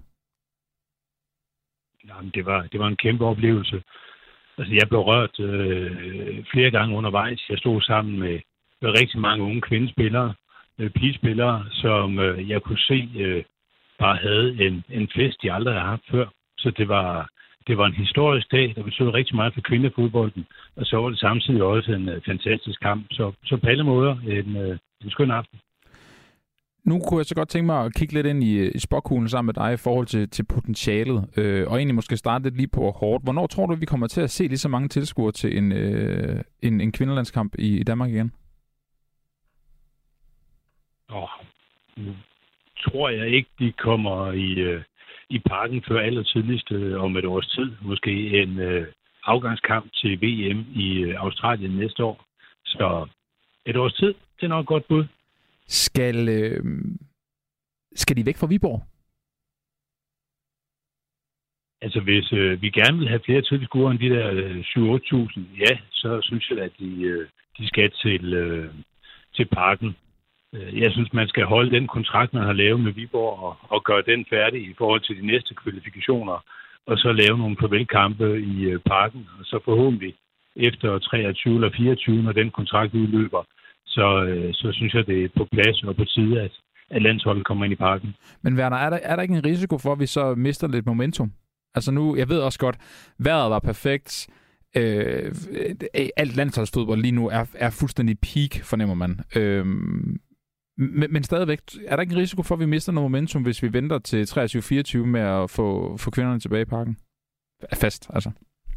Jamen, det var en kæmpe oplevelse. Altså, jeg blev rørt flere gange undervejs. Jeg stod sammen med rigtig mange unge kvindespillere, pigespillere, som jeg kunne se bare havde en fest, de aldrig har haft før. Så det var en historisk dag, der betød rigtig meget for kvindefodbolden, og så var det samtidig også en fantastisk kamp. Så på alle måder en skøn aften. Nu kunne jeg så godt tænke mig at kigge lidt ind i spåkuglen sammen med dig i forhold til potentialet, og egentlig måske starte lidt lige på hårdt. Hvornår tror du, vi kommer til at se lige så mange tilskuere til en kvindelandskamp i Danmark igen? Nu tror jeg ikke, de kommer i parken før allertidligst om et års tid. Måske en afgangskamp til VM i Australien næste år. Så et års tid, det er nok et godt bud. Skal de væk fra Viborg? Altså, hvis vi gerne vil have flere tilskuere end de der 7-8.000, ja, så synes jeg, at de skal til parken. Jeg synes, man skal holde den kontrakt, man har lavet med Viborg, og gøre den færdig i forhold til de næste kvalifikationer, og så lave nogle farvelkampe i parken, og så forhåbentlig efter 23 eller 24, når den kontrakt udløber, så synes jeg, det er på plads og på tide, at landsholdet kommer ind i parken. Men Werner, er der ikke en risiko for, at vi så mister lidt momentum? Altså nu, jeg ved også godt, vejret var perfekt. Alt landsholdsfodbold lige nu er fuldstændig peak, fornemmer man. Men stadigvæk, er der ikke en risiko for, at vi mister noget momentum, hvis vi venter til 23-24 med at få kvinderne tilbage i parken? Fast, altså.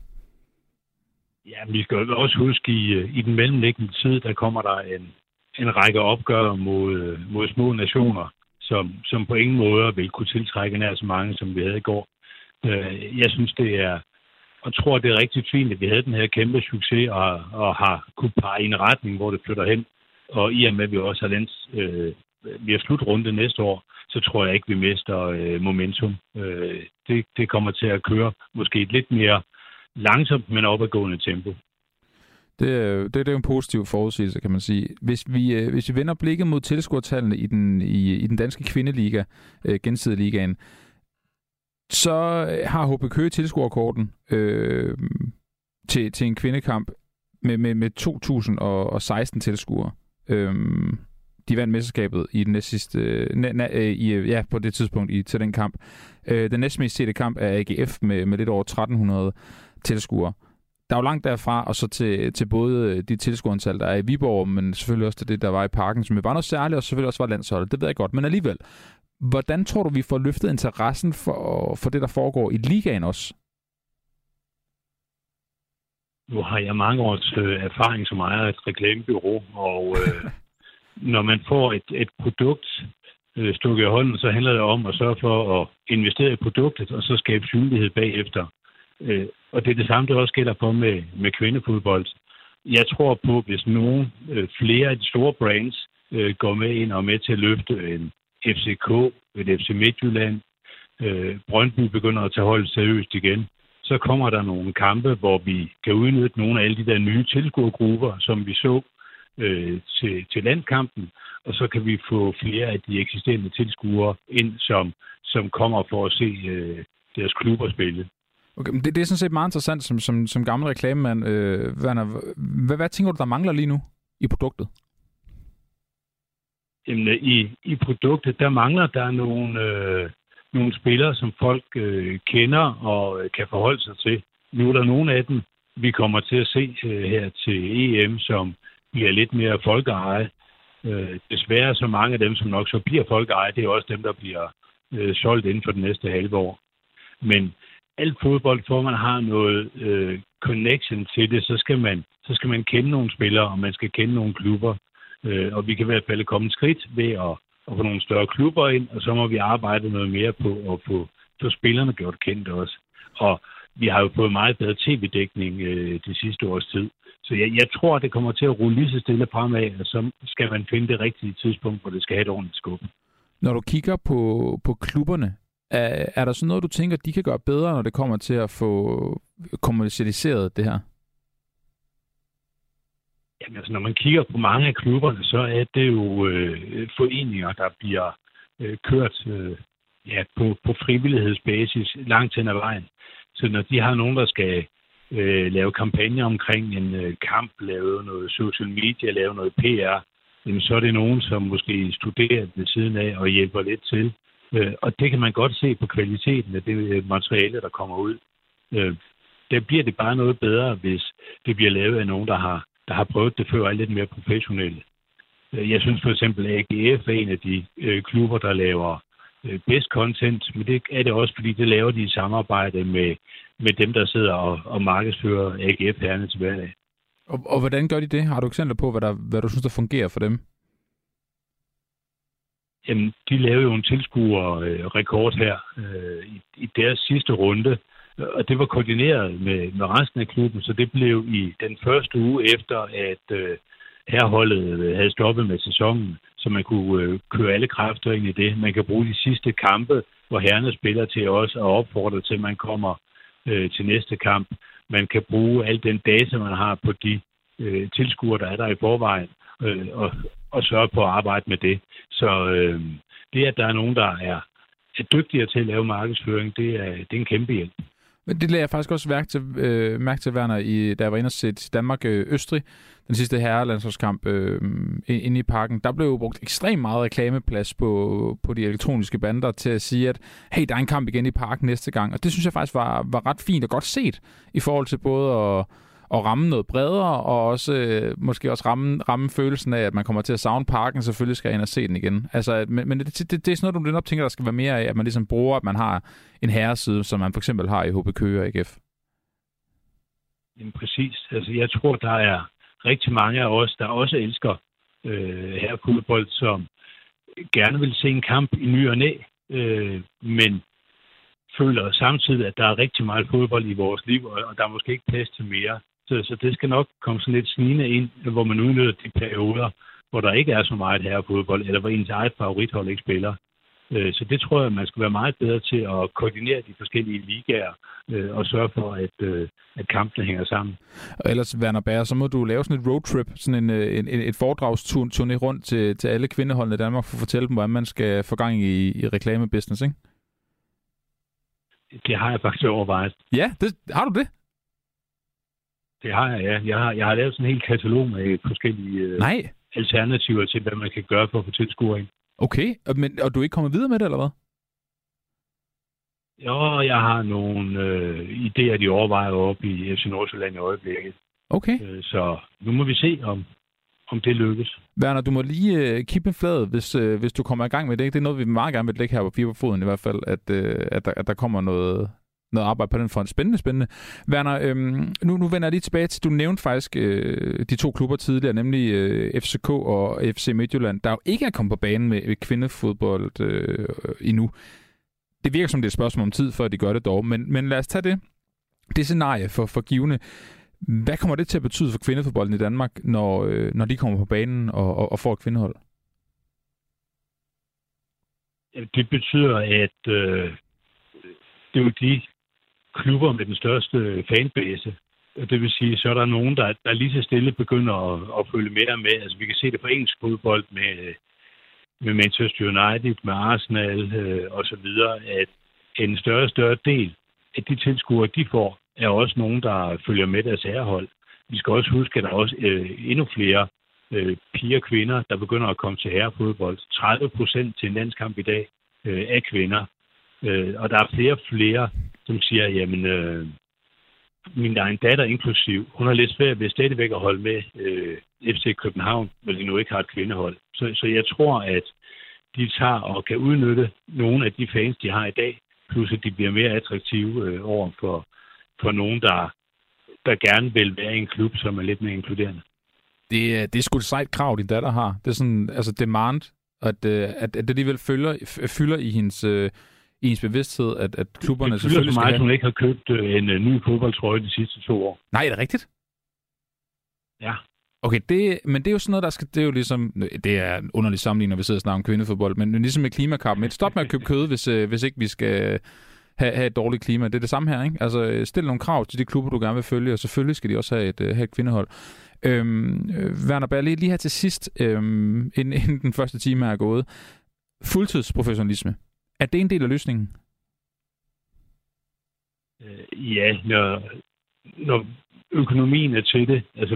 Ja, vi skal jo også huske, i den mellemliggende tid, der kommer der en række opgør mod små nationer, som på ingen måde vil kunne tiltrække nær så mange, som vi havde i går. Jeg synes, og tror, det er rigtig fint, at vi havde den her kæmpe succes og har kunnet pege i en retning, hvor det flytter hen. Og i og med, at vi også har vi har slutrunde næste år, så tror jeg ikke, vi mister momentum. Det kommer til at køre måske et lidt mere langsomt, men opadgående tempo. Det er jo en positiv forudsigelse, kan man sige. Hvis vi vender blikket mod tilskuertallene i den danske kvindeliga, gensidige ligaen, så har HB Køge tilskuerkorten til en kvindekamp med 2.016 tilskuere. de vandt mesterskabet i den næstsidste, på det tidspunkt til den kamp. Den næstmest sete kamp er AGF med lidt over 1300 tilskuere. Der er jo langt derfra, og så til både de tilskuerantal, der er i Viborg, men selvfølgelig også til det, der var i Parken, som var noget særligt, og selvfølgelig også var landsholdet. Det ved jeg godt, men alligevel. Hvordan tror du, vi får løftet interessen for det, der foregår i ligaen også? Nu har jeg mange års erfaring som ejer af et reklamebureau, og når man får et produkt stukket i hånden, så handler det om at sørge for at investere i produktet, og så skabe synlighed bagefter. Og det er det samme, der også gælder for med kvindefodbold. Jeg tror på, hvis nogen flere af de store brands går med ind og med til at løfte en FCK, et FC Midtjylland, Brøndby begynder at tage holdet seriøst igen, så kommer der nogle kampe, hvor vi kan udnytte nogle af alle de der nye tilskuergrupper, som vi så til landkampen, og så kan vi få flere af de eksisterende tilskuere ind, som kommer for at se deres klubber spille. Okay, men det er sådan set meget interessant som gammel reklamemand. Werner, hvad tænker du, der mangler lige nu i produktet? Jamen, i produktet, der mangler der nogle spillere, som folk kender og kan forholde sig til. Nu er der nogle af dem, vi kommer til at se her til EM, som bliver lidt mere folkeeje. Desværre så mange af dem, som nok så bliver folkeeje, det er også dem, der bliver solgt inden for det næste halve år. Men alt fodbold, for man har noget connection til det, så skal man kende nogle spillere, og man skal kende nogle klubber. Og vi kan i hvert fald komme et skridt ved at få nogle større klubber ind, og så må vi arbejde noget mere på at få spillerne gjort kendt også. Og vi har jo fået meget bedre tv-dækning de sidste års tid. Så jeg tror, at det kommer til at rulle lige så stille fremad, og så skal man finde det rigtige tidspunkt, hvor det skal have et ordentligt skub. Når du kigger på klubberne, er der sådan noget, du tænker, de kan gøre bedre, når det kommer til at få kommercialiseret det her? Jamen, altså, når man kigger på mange af klubberne, så er det jo foreninger, der bliver kørt på frivillighedsbasis langt hen ad vejen. Så når de har nogen, der skal lave kampagner omkring en kamp, lave noget social media, lave noget PR, jamen, så er det nogen, som måske studerer ved siden af og hjælper lidt til. Og det kan man godt se på kvaliteten af det materiale, der kommer ud. Der bliver det bare noget bedre, hvis det bliver lavet af nogen, der har prøvet det før og er lidt mere professionelle. Jeg synes for eksempel, at AGF er en af de klubber, der laver bedst content, men det er det også, fordi det laver de i samarbejde med dem, der sidder og markedsfører AGF herrene til hverdag. Og hvordan gør de det? Har du eksempler på, hvad du synes, der fungerer for dem? Jamen, de lavede jo en tilskuerrekord her i deres sidste runde, og det var koordineret med resten af klubben, så det blev i den første uge efter, at herholdet havde stoppet med sæsonen, så man kunne køre alle kræfter ind i det. Man kan bruge de sidste kampe, hvor herrerne spiller til også at opfordre til, at man kommer til næste kamp. Man kan bruge al den data, man har på de tilskuere, der er der i forvejen, og sørge på at arbejde med det. Så det, at der er nogen, der er dygtigere til at lave markedsføring, det er en kæmpe hjælp. Men det lagde jeg faktisk også mærke til, Werner, da jeg var inde og set Danmark-Østrig, den sidste herrelandsholdskamp inde i Parken. Der blev brugt ekstremt meget reklameplads på de elektroniske bander til at sige, at hey, der er en kamp igen i Parken næste gang. Og det synes jeg faktisk var ret fint og godt set i forhold til både at ramme noget bredere, og også måske også ramme følelsen af, at man kommer til at savne Parken, selvfølgelig skal ind og se den igen. Altså, men det er sådan noget, du lidt op tænker, der skal være mere af, at man ligesom bruger, at man har en herreside, som man for eksempel har i HB Køge og AGF. Jamen præcis. Altså, jeg tror, der er rigtig mange af os, der også elsker herrefodbold, som gerne vil se en kamp i ny og næ, men føler samtidig, at der er rigtig meget fodbold i vores liv, og der er måske ikke plads til mere. Så det skal nok komme sådan lidt snigende ind, hvor man udnytter de perioder, hvor der ikke er så meget herrefodbold, eller hvor ens eget favorithold ikke spiller. Så det tror jeg, man skal være meget bedre til at koordinere de forskellige ligaer og sørge for, at kampene hænger sammen. Og ellers, Werner Bager, så må du lave sådan et roadtrip, sådan et foredragsturné rundt til alle kvindeholdene i Danmark for at fortælle dem, hvordan man skal få gang i reklamebusiness, ikke? Det har jeg faktisk overvejet. Ja, har du det? Det har jeg, ja. Jeg har lavet sådan en hel katalog med forskellige alternativer til, hvad man kan gøre for at få tilskuere ind. Okay, og du er ikke kommet videre med det, eller hvad? Jo, jeg har nogle idéer, de overvejer op i FC Nordsjælland i øjeblikket. Okay. Så nu må vi se, om det lykkes. Werner, du må lige kippe fladet, hvis du kommer i gang med det. Det er noget, vi meget gerne vil lægge her på 4 på foden i hvert fald, at der kommer noget arbejde på den front. Spændende. Werner, nu vender jeg lige tilbage til, du nævnte faktisk de 2 klubber tidligere, nemlig FCK og FC Midtjylland, der jo ikke er kommet på banen med kvindefodbold endnu. Det virker som det er et spørgsmål om tid, før de gør det dog, men lad os tage det scenarie for givende. Hvad kommer det til at betyde for kvindefodbolden i Danmark, når de kommer på banen og får et kvindehold? Det betyder, at det er jo de klubber med den største fanbase. Det vil sige, så er der nogen, der lige så stille begynder at følge mere med. Altså, vi kan se det på engelsk fodbold med Manchester United, med Arsenal og så videre, at en større del af de tilskuere, de får, er også nogen, der følger med deres herrehold. Vi skal også huske, at der er også endnu flere piger og kvinder, der begynder at komme til herrefodbold. 30% til en landskamp i dag er kvinder. Og der er flere, som siger, jamen, min egen datter inklusiv, hun har lidt svært ved stadigvæk at holde med FC København, når de nu ikke har et kvindehold. Så jeg tror, at de tager og kan udnytte nogle af de fans, de har i dag, plus at de bliver mere attraktive over for nogen, der gerne vil være i en klub, som er lidt mere inkluderende. Det er sgu et sejt krav, din datter har. Det er sådan, altså demand, at det alligevel fylder i hendes bevidsthed, at klubberne selvfølgelig skal have... Det fylder for mig, at hun ikke har købt en ny fodboldtrøje de sidste 2 år. Nej, er det rigtigt? Ja. Okay, men det er jo sådan noget, der skal... Det er jo ligesom... Det er en underlig sammenligning, når vi sidder og snakker om kvindefodbold, men ligesom med klimakampen. Stop med at købe kød, hvis ikke vi skal have et dårligt klima. Det er det samme her, ikke? Altså, stil nogle krav til de klubber, du gerne vil følge, og selvfølgelig skal de også have et kvindehold. Werner Bager, lige her til sidst, inden den første time er gået. Fuldtidsprofessionalisme. Er det en del af løsningen? Ja, når økonomien er til det. Altså,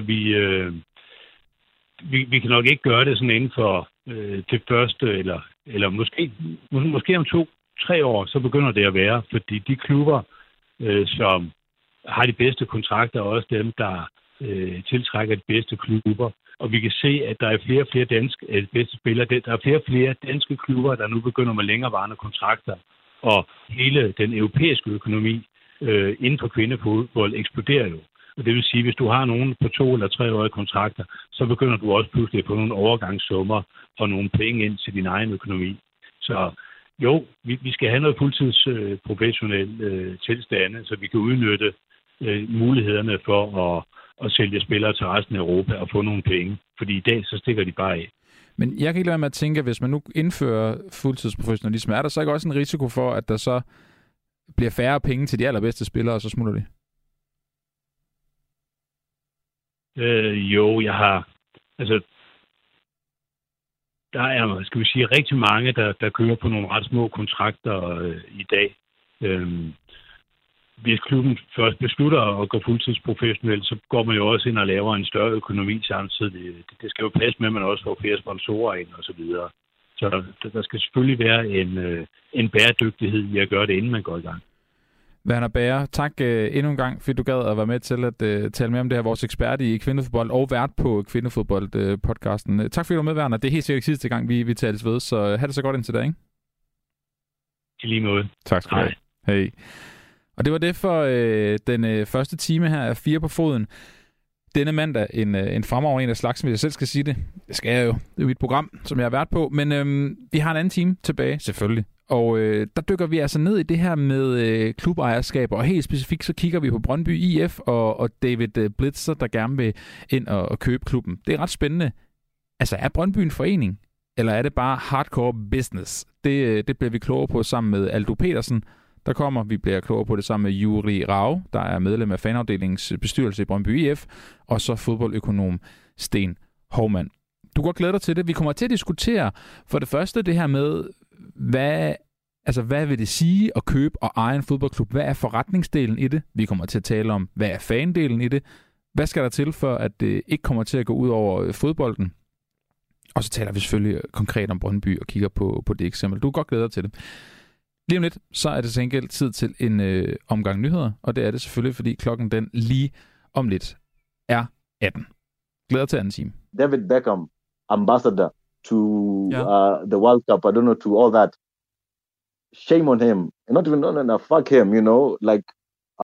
vi kan nok ikke gøre det sådan inden for det første, eller måske om 2-3 år, så begynder det at være, fordi de klubber, som har de bedste kontrakter, er også dem, der tiltrækker de bedste klubber. Og vi kan se, at der er flere og flere bedste spillere. Der er flere og flere danske klubber, der nu begynder med længerevarende kontrakter. Og hele den europæiske økonomi inden for kvindefodbold eksploderer jo. Og det vil sige, at hvis du har nogen på 2 eller 3 årige kontrakter, så begynder du også pludselig at få nogle overgangssummer og nogle penge ind til din egen økonomi. Så jo, vi skal have noget fuldtidsprofessionel tilstande, så vi kan udnytte mulighederne for at sælge spillere til resten af Europa og få nogle penge. Fordi i dag, så stikker de bare af. Men jeg kan ikke lade med at tænke, at hvis man nu indfører fuldtidsprofessionalisme, er der så ikke også en risiko for, at der så bliver færre penge til de allerbedste spillere, og så smutter de? Jo, jeg har... Altså, der er, skal vi sige, rigtig mange, der kører på nogle ret små kontrakter i dag. Hvis klubben først beslutter at gå fuldtidsprofessionelt, så går man jo også ind og laver en større økonomi samtidig. Det skal jo passe med, at man også får flere sponsorer ind og så videre. Så der skal selvfølgelig være en bæredygtighed i at gøre det, inden man går i gang. Werner Bager, tak endnu en gang, fordi du gad at være med til at tale med om det her, vores ekspert i kvindefodbold og vært på kvindefodbold-podcasten. Tak fordi du var med, Werner. Det er helt sikkert sidste gang, vi tales ved, så have det så godt indtil da, ikke? I lige måde. Tak skal du have. Hej. Og det var det for den første time her af 4 på foden. Denne mandag en fremragende en af slagsen, hvis jeg selv skal sige det. Det skal jeg jo. Det er jo mit program, som jeg har været på. Men vi har en anden time tilbage, selvfølgelig. Og der dykker vi altså ned i det her med klubejerskab, og helt specifikt så kigger vi på Brøndby IF og David Blitzer, der gerne vil ind og købe klubben. Det er ret spændende. Altså, er Brøndby en forening, eller er det bare hardcore business? Det bliver vi klogere på sammen med Aldo Petersen, der kommer. Vi bliver klogere på det sammen med Juri Rau, der er medlem af fanafdelingens bestyrelse i Brøndby IF, og så fodboldøkonom Sten Hovmand. Du kan godt glæde dig til det. Vi kommer til at diskutere for det første det her med, hvad vil det sige at købe og eje en fodboldklub? Hvad er forretningsdelen i det? Vi kommer til at tale om, hvad er fandelen i det? Hvad skal der til for, at det ikke kommer til at gå ud over fodbolden? Og så taler vi selvfølgelig konkret om Brøndby og kigger på det eksempel. Du kan godt glæde dig til det. Lige om lidt, så er det til gengæld tid til en omgang nyheder, og det er det selvfølgelig, fordi klokken den lige om lidt er 18. Glæder til anden time. David Beckham, ambassador to the World Cup, I don't know, to all that. Shame on him. Not even, no, fuck him, you know, like,